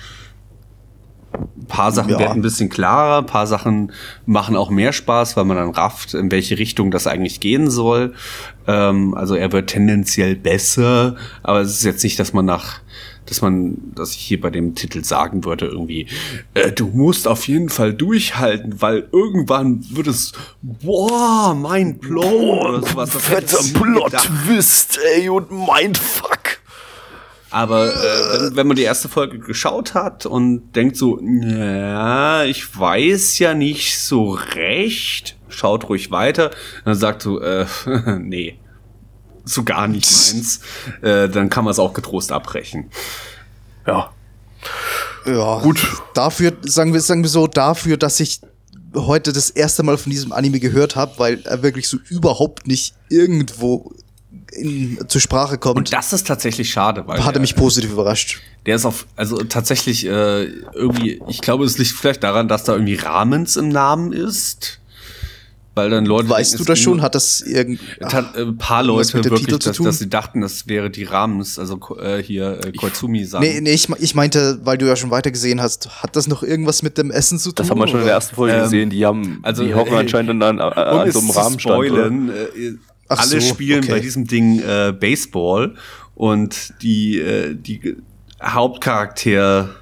Ein paar Sachen werden ein bisschen klarer, ein paar Sachen machen auch mehr Spaß, weil man dann rafft, in welche Richtung das eigentlich gehen soll. Also er wird tendenziell besser, aber es ist jetzt nicht, dass ich hier bei dem Titel sagen würde, irgendwie, du musst auf jeden Fall durchhalten, weil irgendwann wird es, mind blown oder sowas. Fetter Plot-Twist, ey, und Mindfuck. Aber wenn man die erste Folge geschaut hat und denkt so, ja, ich weiß ja nicht so recht, schaut ruhig weiter, dann sagt so, nee, so gar nicht meins, dann kann man es auch getrost abbrechen. Ja. Ja, gut. Dafür, sagen wir so, dass ich heute das erste Mal von diesem Anime gehört habe, weil er wirklich so überhaupt nicht irgendwo zur Sprache kommt. Und das ist tatsächlich schade, weil hat er mich positiv überrascht. Der ist tatsächlich irgendwie, ich glaube, es liegt vielleicht daran, dass da irgendwie Ramens im Namen ist. Weil dann Leute. Weißt du das schon? Hat das ein paar Leute wirklich, dass sie dachten, das wäre die Ramens, also Koizumi sagen. Nee, ich meinte, weil du ja schon weitergesehen hast, hat das noch irgendwas mit dem Essen zu tun? Das haben wir schon in der ersten Folge gesehen. Die hocken anscheinend an so einem Rahmenstand. Alle spielen bei diesem Ding Baseball und die Hauptcharakter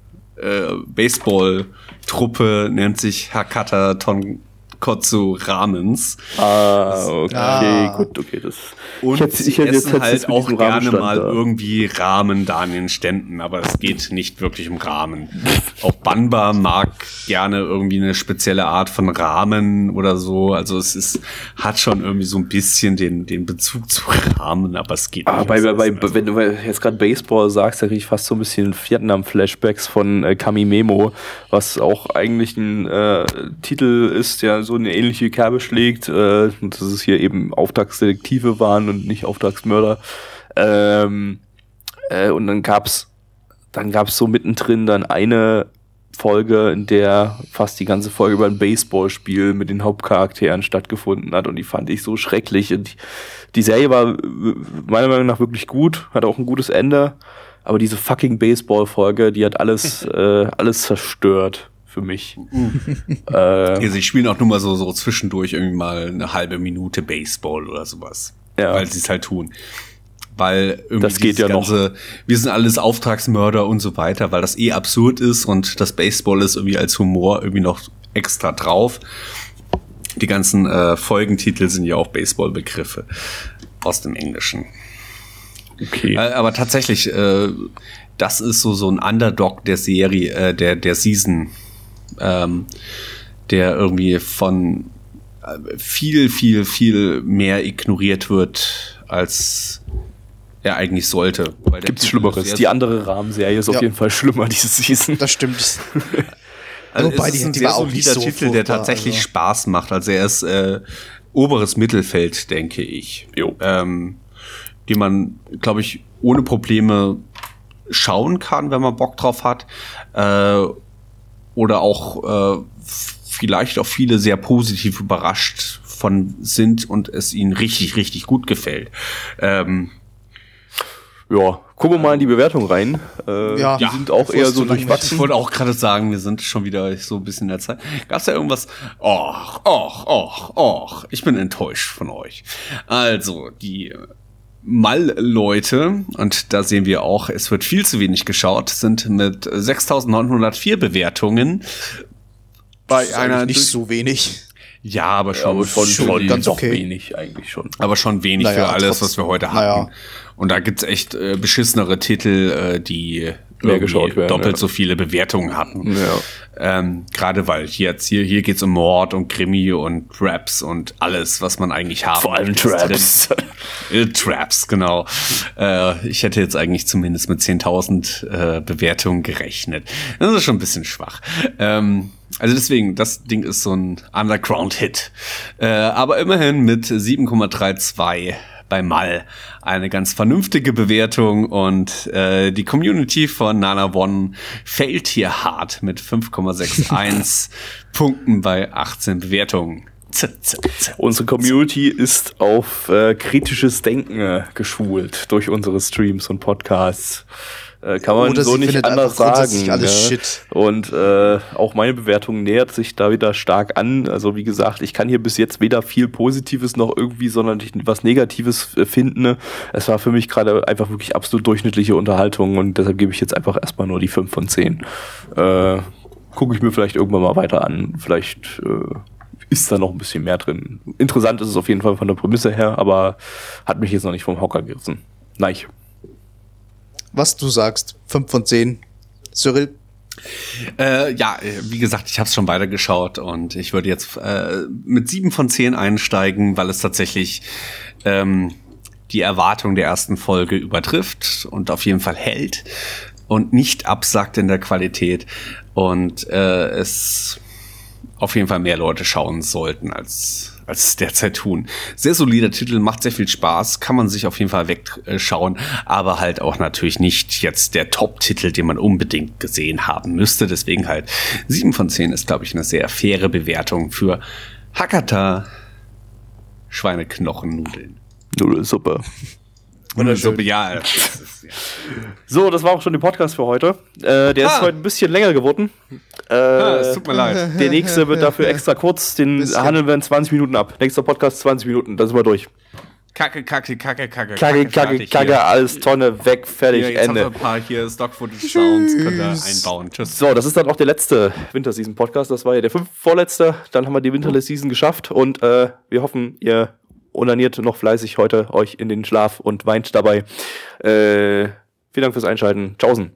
Baseball-Truppe nennt sich Hakata Tonkotsu Ramens. Gut, okay. Und ich hätte jetzt halt auch gerne mal irgendwie Ramen da an den Ständen, aber es geht nicht wirklich um Ramen. Auch Banba mag gerne irgendwie eine spezielle Art von Ramen oder so. Also hat schon irgendwie so ein bisschen den Bezug zu Ramen, aber es geht nicht. Wenn du jetzt gerade Baseball sagst, da kriege ich fast so ein bisschen Vietnam-Flashbacks von Kamimemo, was auch eigentlich ein Titel ist, der so eine ähnliche Kerbe schlägt. Das ist hier eben Auftragsdetektive waren und nicht Auftragsmörder. Und dann gab's so mittendrin dann eine Folge, in der fast die ganze Folge über ein Baseballspiel mit den Hauptcharakteren stattgefunden hat, und die fand ich so schrecklich. Und die Serie war meiner Meinung nach wirklich gut, hat auch ein gutes Ende, aber diese fucking Baseball-Folge, die hat alles zerstört für mich. Sie spielen auch nur mal so zwischendurch irgendwie mal eine halbe Minute Baseball oder sowas. Ja. Weil sie es halt tun. Weil irgendwie das geht ja noch. Wir sind alles Auftragsmörder und so weiter, weil das absurd ist und das Baseball ist irgendwie als Humor irgendwie noch extra drauf. Die ganzen Folgentitel sind ja auch Baseball-Begriffe aus dem Englischen. Okay. Aber tatsächlich, das ist so ein Underdog der Serie, der Season, der irgendwie von viel, viel, viel mehr ignoriert wird, als er eigentlich sollte. Gibt's Schlimmeres? Die andere Rahmenserie ist auf jeden Fall schlimmer, diese Season. Das stimmt. Also es ist ein sehr solider Titel, der tatsächlich Spaß macht. Also er ist oberes Mittelfeld, denke ich. Den man, glaube ich, ohne Probleme schauen kann, wenn man Bock drauf hat. Oder auch vielleicht auch viele sehr positiv überrascht von sind und es ihnen richtig, richtig gut gefällt. Gucken wir mal in die Bewertung rein. Die sind auch eher so durchwachsen. Ich wollte auch gerade sagen, wir sind schon wieder so ein bisschen in der Zeit. Gab's da irgendwas? Ich bin enttäuscht von euch. Also, die Mal-Leute, und da sehen wir auch, es wird viel zu wenig geschaut, sind mit 6.904 Bewertungen bei einer nicht so wenig. Ja, aber schon ganz okay. Wenig eigentlich schon. Aber schon wenig für alles, was wir heute hatten. Naja. Und da gibt's echt beschissenere Titel, die mehr geschaut werden, doppelt so viele Bewertungen hatten. Ja. Gerade weil hier geht's um Mord und Krimi und Traps und alles, was man eigentlich haben. Vor allem Traps. Traps, genau. Ich hätte jetzt eigentlich zumindest mit 10.000 Bewertungen gerechnet. Das ist schon ein bisschen schwach. Also deswegen, das Ding ist so ein Underground-Hit. Aber immerhin mit 7,32 bei Mal. Eine ganz vernünftige Bewertung, und die Community von Nana One fällt hier hart mit 5,61 Punkten bei 18 Bewertungen. Unsere Community ist auf kritisches Denken geschult durch unsere Streams und Podcasts. Kann man so nicht anders sagen. Alles Shit. Und auch meine Bewertung nähert sich da wieder stark an. Also wie gesagt, ich kann hier bis jetzt weder viel Positives noch irgendwie sonderlich was Negatives finden. Es war für mich gerade einfach wirklich absolut durchschnittliche Unterhaltung, und deshalb gebe ich jetzt einfach erstmal nur die 5 von 10. Gucke ich mir vielleicht irgendwann mal weiter an. Vielleicht ist da noch ein bisschen mehr drin. Interessant ist es auf jeden Fall von der Prämisse her, aber hat mich jetzt noch nicht vom Hocker gerissen. Nein. Was du sagst, 5 von 10. Cyril? Wie gesagt, ich habe es schon weitergeschaut, und ich würde jetzt mit 7 von 10 einsteigen, weil es tatsächlich die Erwartung der ersten Folge übertrifft und auf jeden Fall hält und nicht absackt in der Qualität, und es auf jeden Fall mehr Leute schauen sollten, als als derzeit tun. Sehr solider Titel, macht sehr viel Spaß, kann man sich auf jeden Fall wegschauen, aber halt auch natürlich nicht jetzt der Top-Titel, den man unbedingt gesehen haben müsste. Deswegen halt 7 von 10 ist, glaube ich, eine sehr faire Bewertung für Hakata Schweineknochennudeln. Nudelsuppe. Nudelsuppe, ja. So, das war auch schon der Podcast für heute. Der ist heute ein bisschen länger geworden. Es tut mir leid. Der nächste wird dafür extra kurz, den handeln wir in 20 Minuten ab. Nächster Podcast 20 Minuten, dann sind wir durch. Kacke, alles Tonne, weg, fertig, ja, jetzt Ende. haben wir ein paar hier Stock-Footage-Sounds, könnt ihr einbauen. Tschüss. So, das ist dann auch der letzte Winterseason-Podcast. Das war ja der vorletzte. Dann haben wir die Winterseason geschafft und wir hoffen, ihr onaniert noch fleißig heute euch in den Schlaf und weint dabei. Vielen Dank fürs Einschalten. Tschaußen.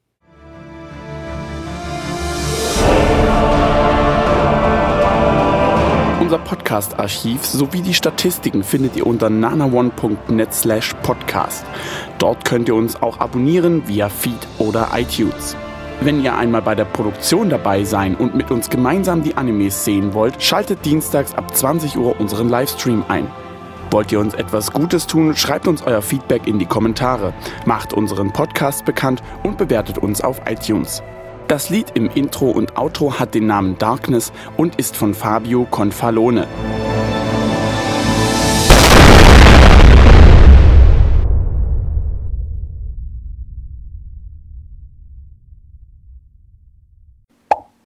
Unser Podcast-Archiv sowie die Statistiken findet ihr unter nanaone.net/podcast. Dort könnt ihr uns auch abonnieren via Feed oder iTunes. Wenn ihr einmal bei der Produktion dabei sein und mit uns gemeinsam die Animes sehen wollt, schaltet dienstags ab 20 Uhr unseren Livestream ein. Wollt ihr uns etwas Gutes tun, schreibt uns euer Feedback in die Kommentare, macht unseren Podcast bekannt und bewertet uns auf iTunes. Das Lied im Intro und Outro hat den Namen Darkness und ist von Fabio Confalone.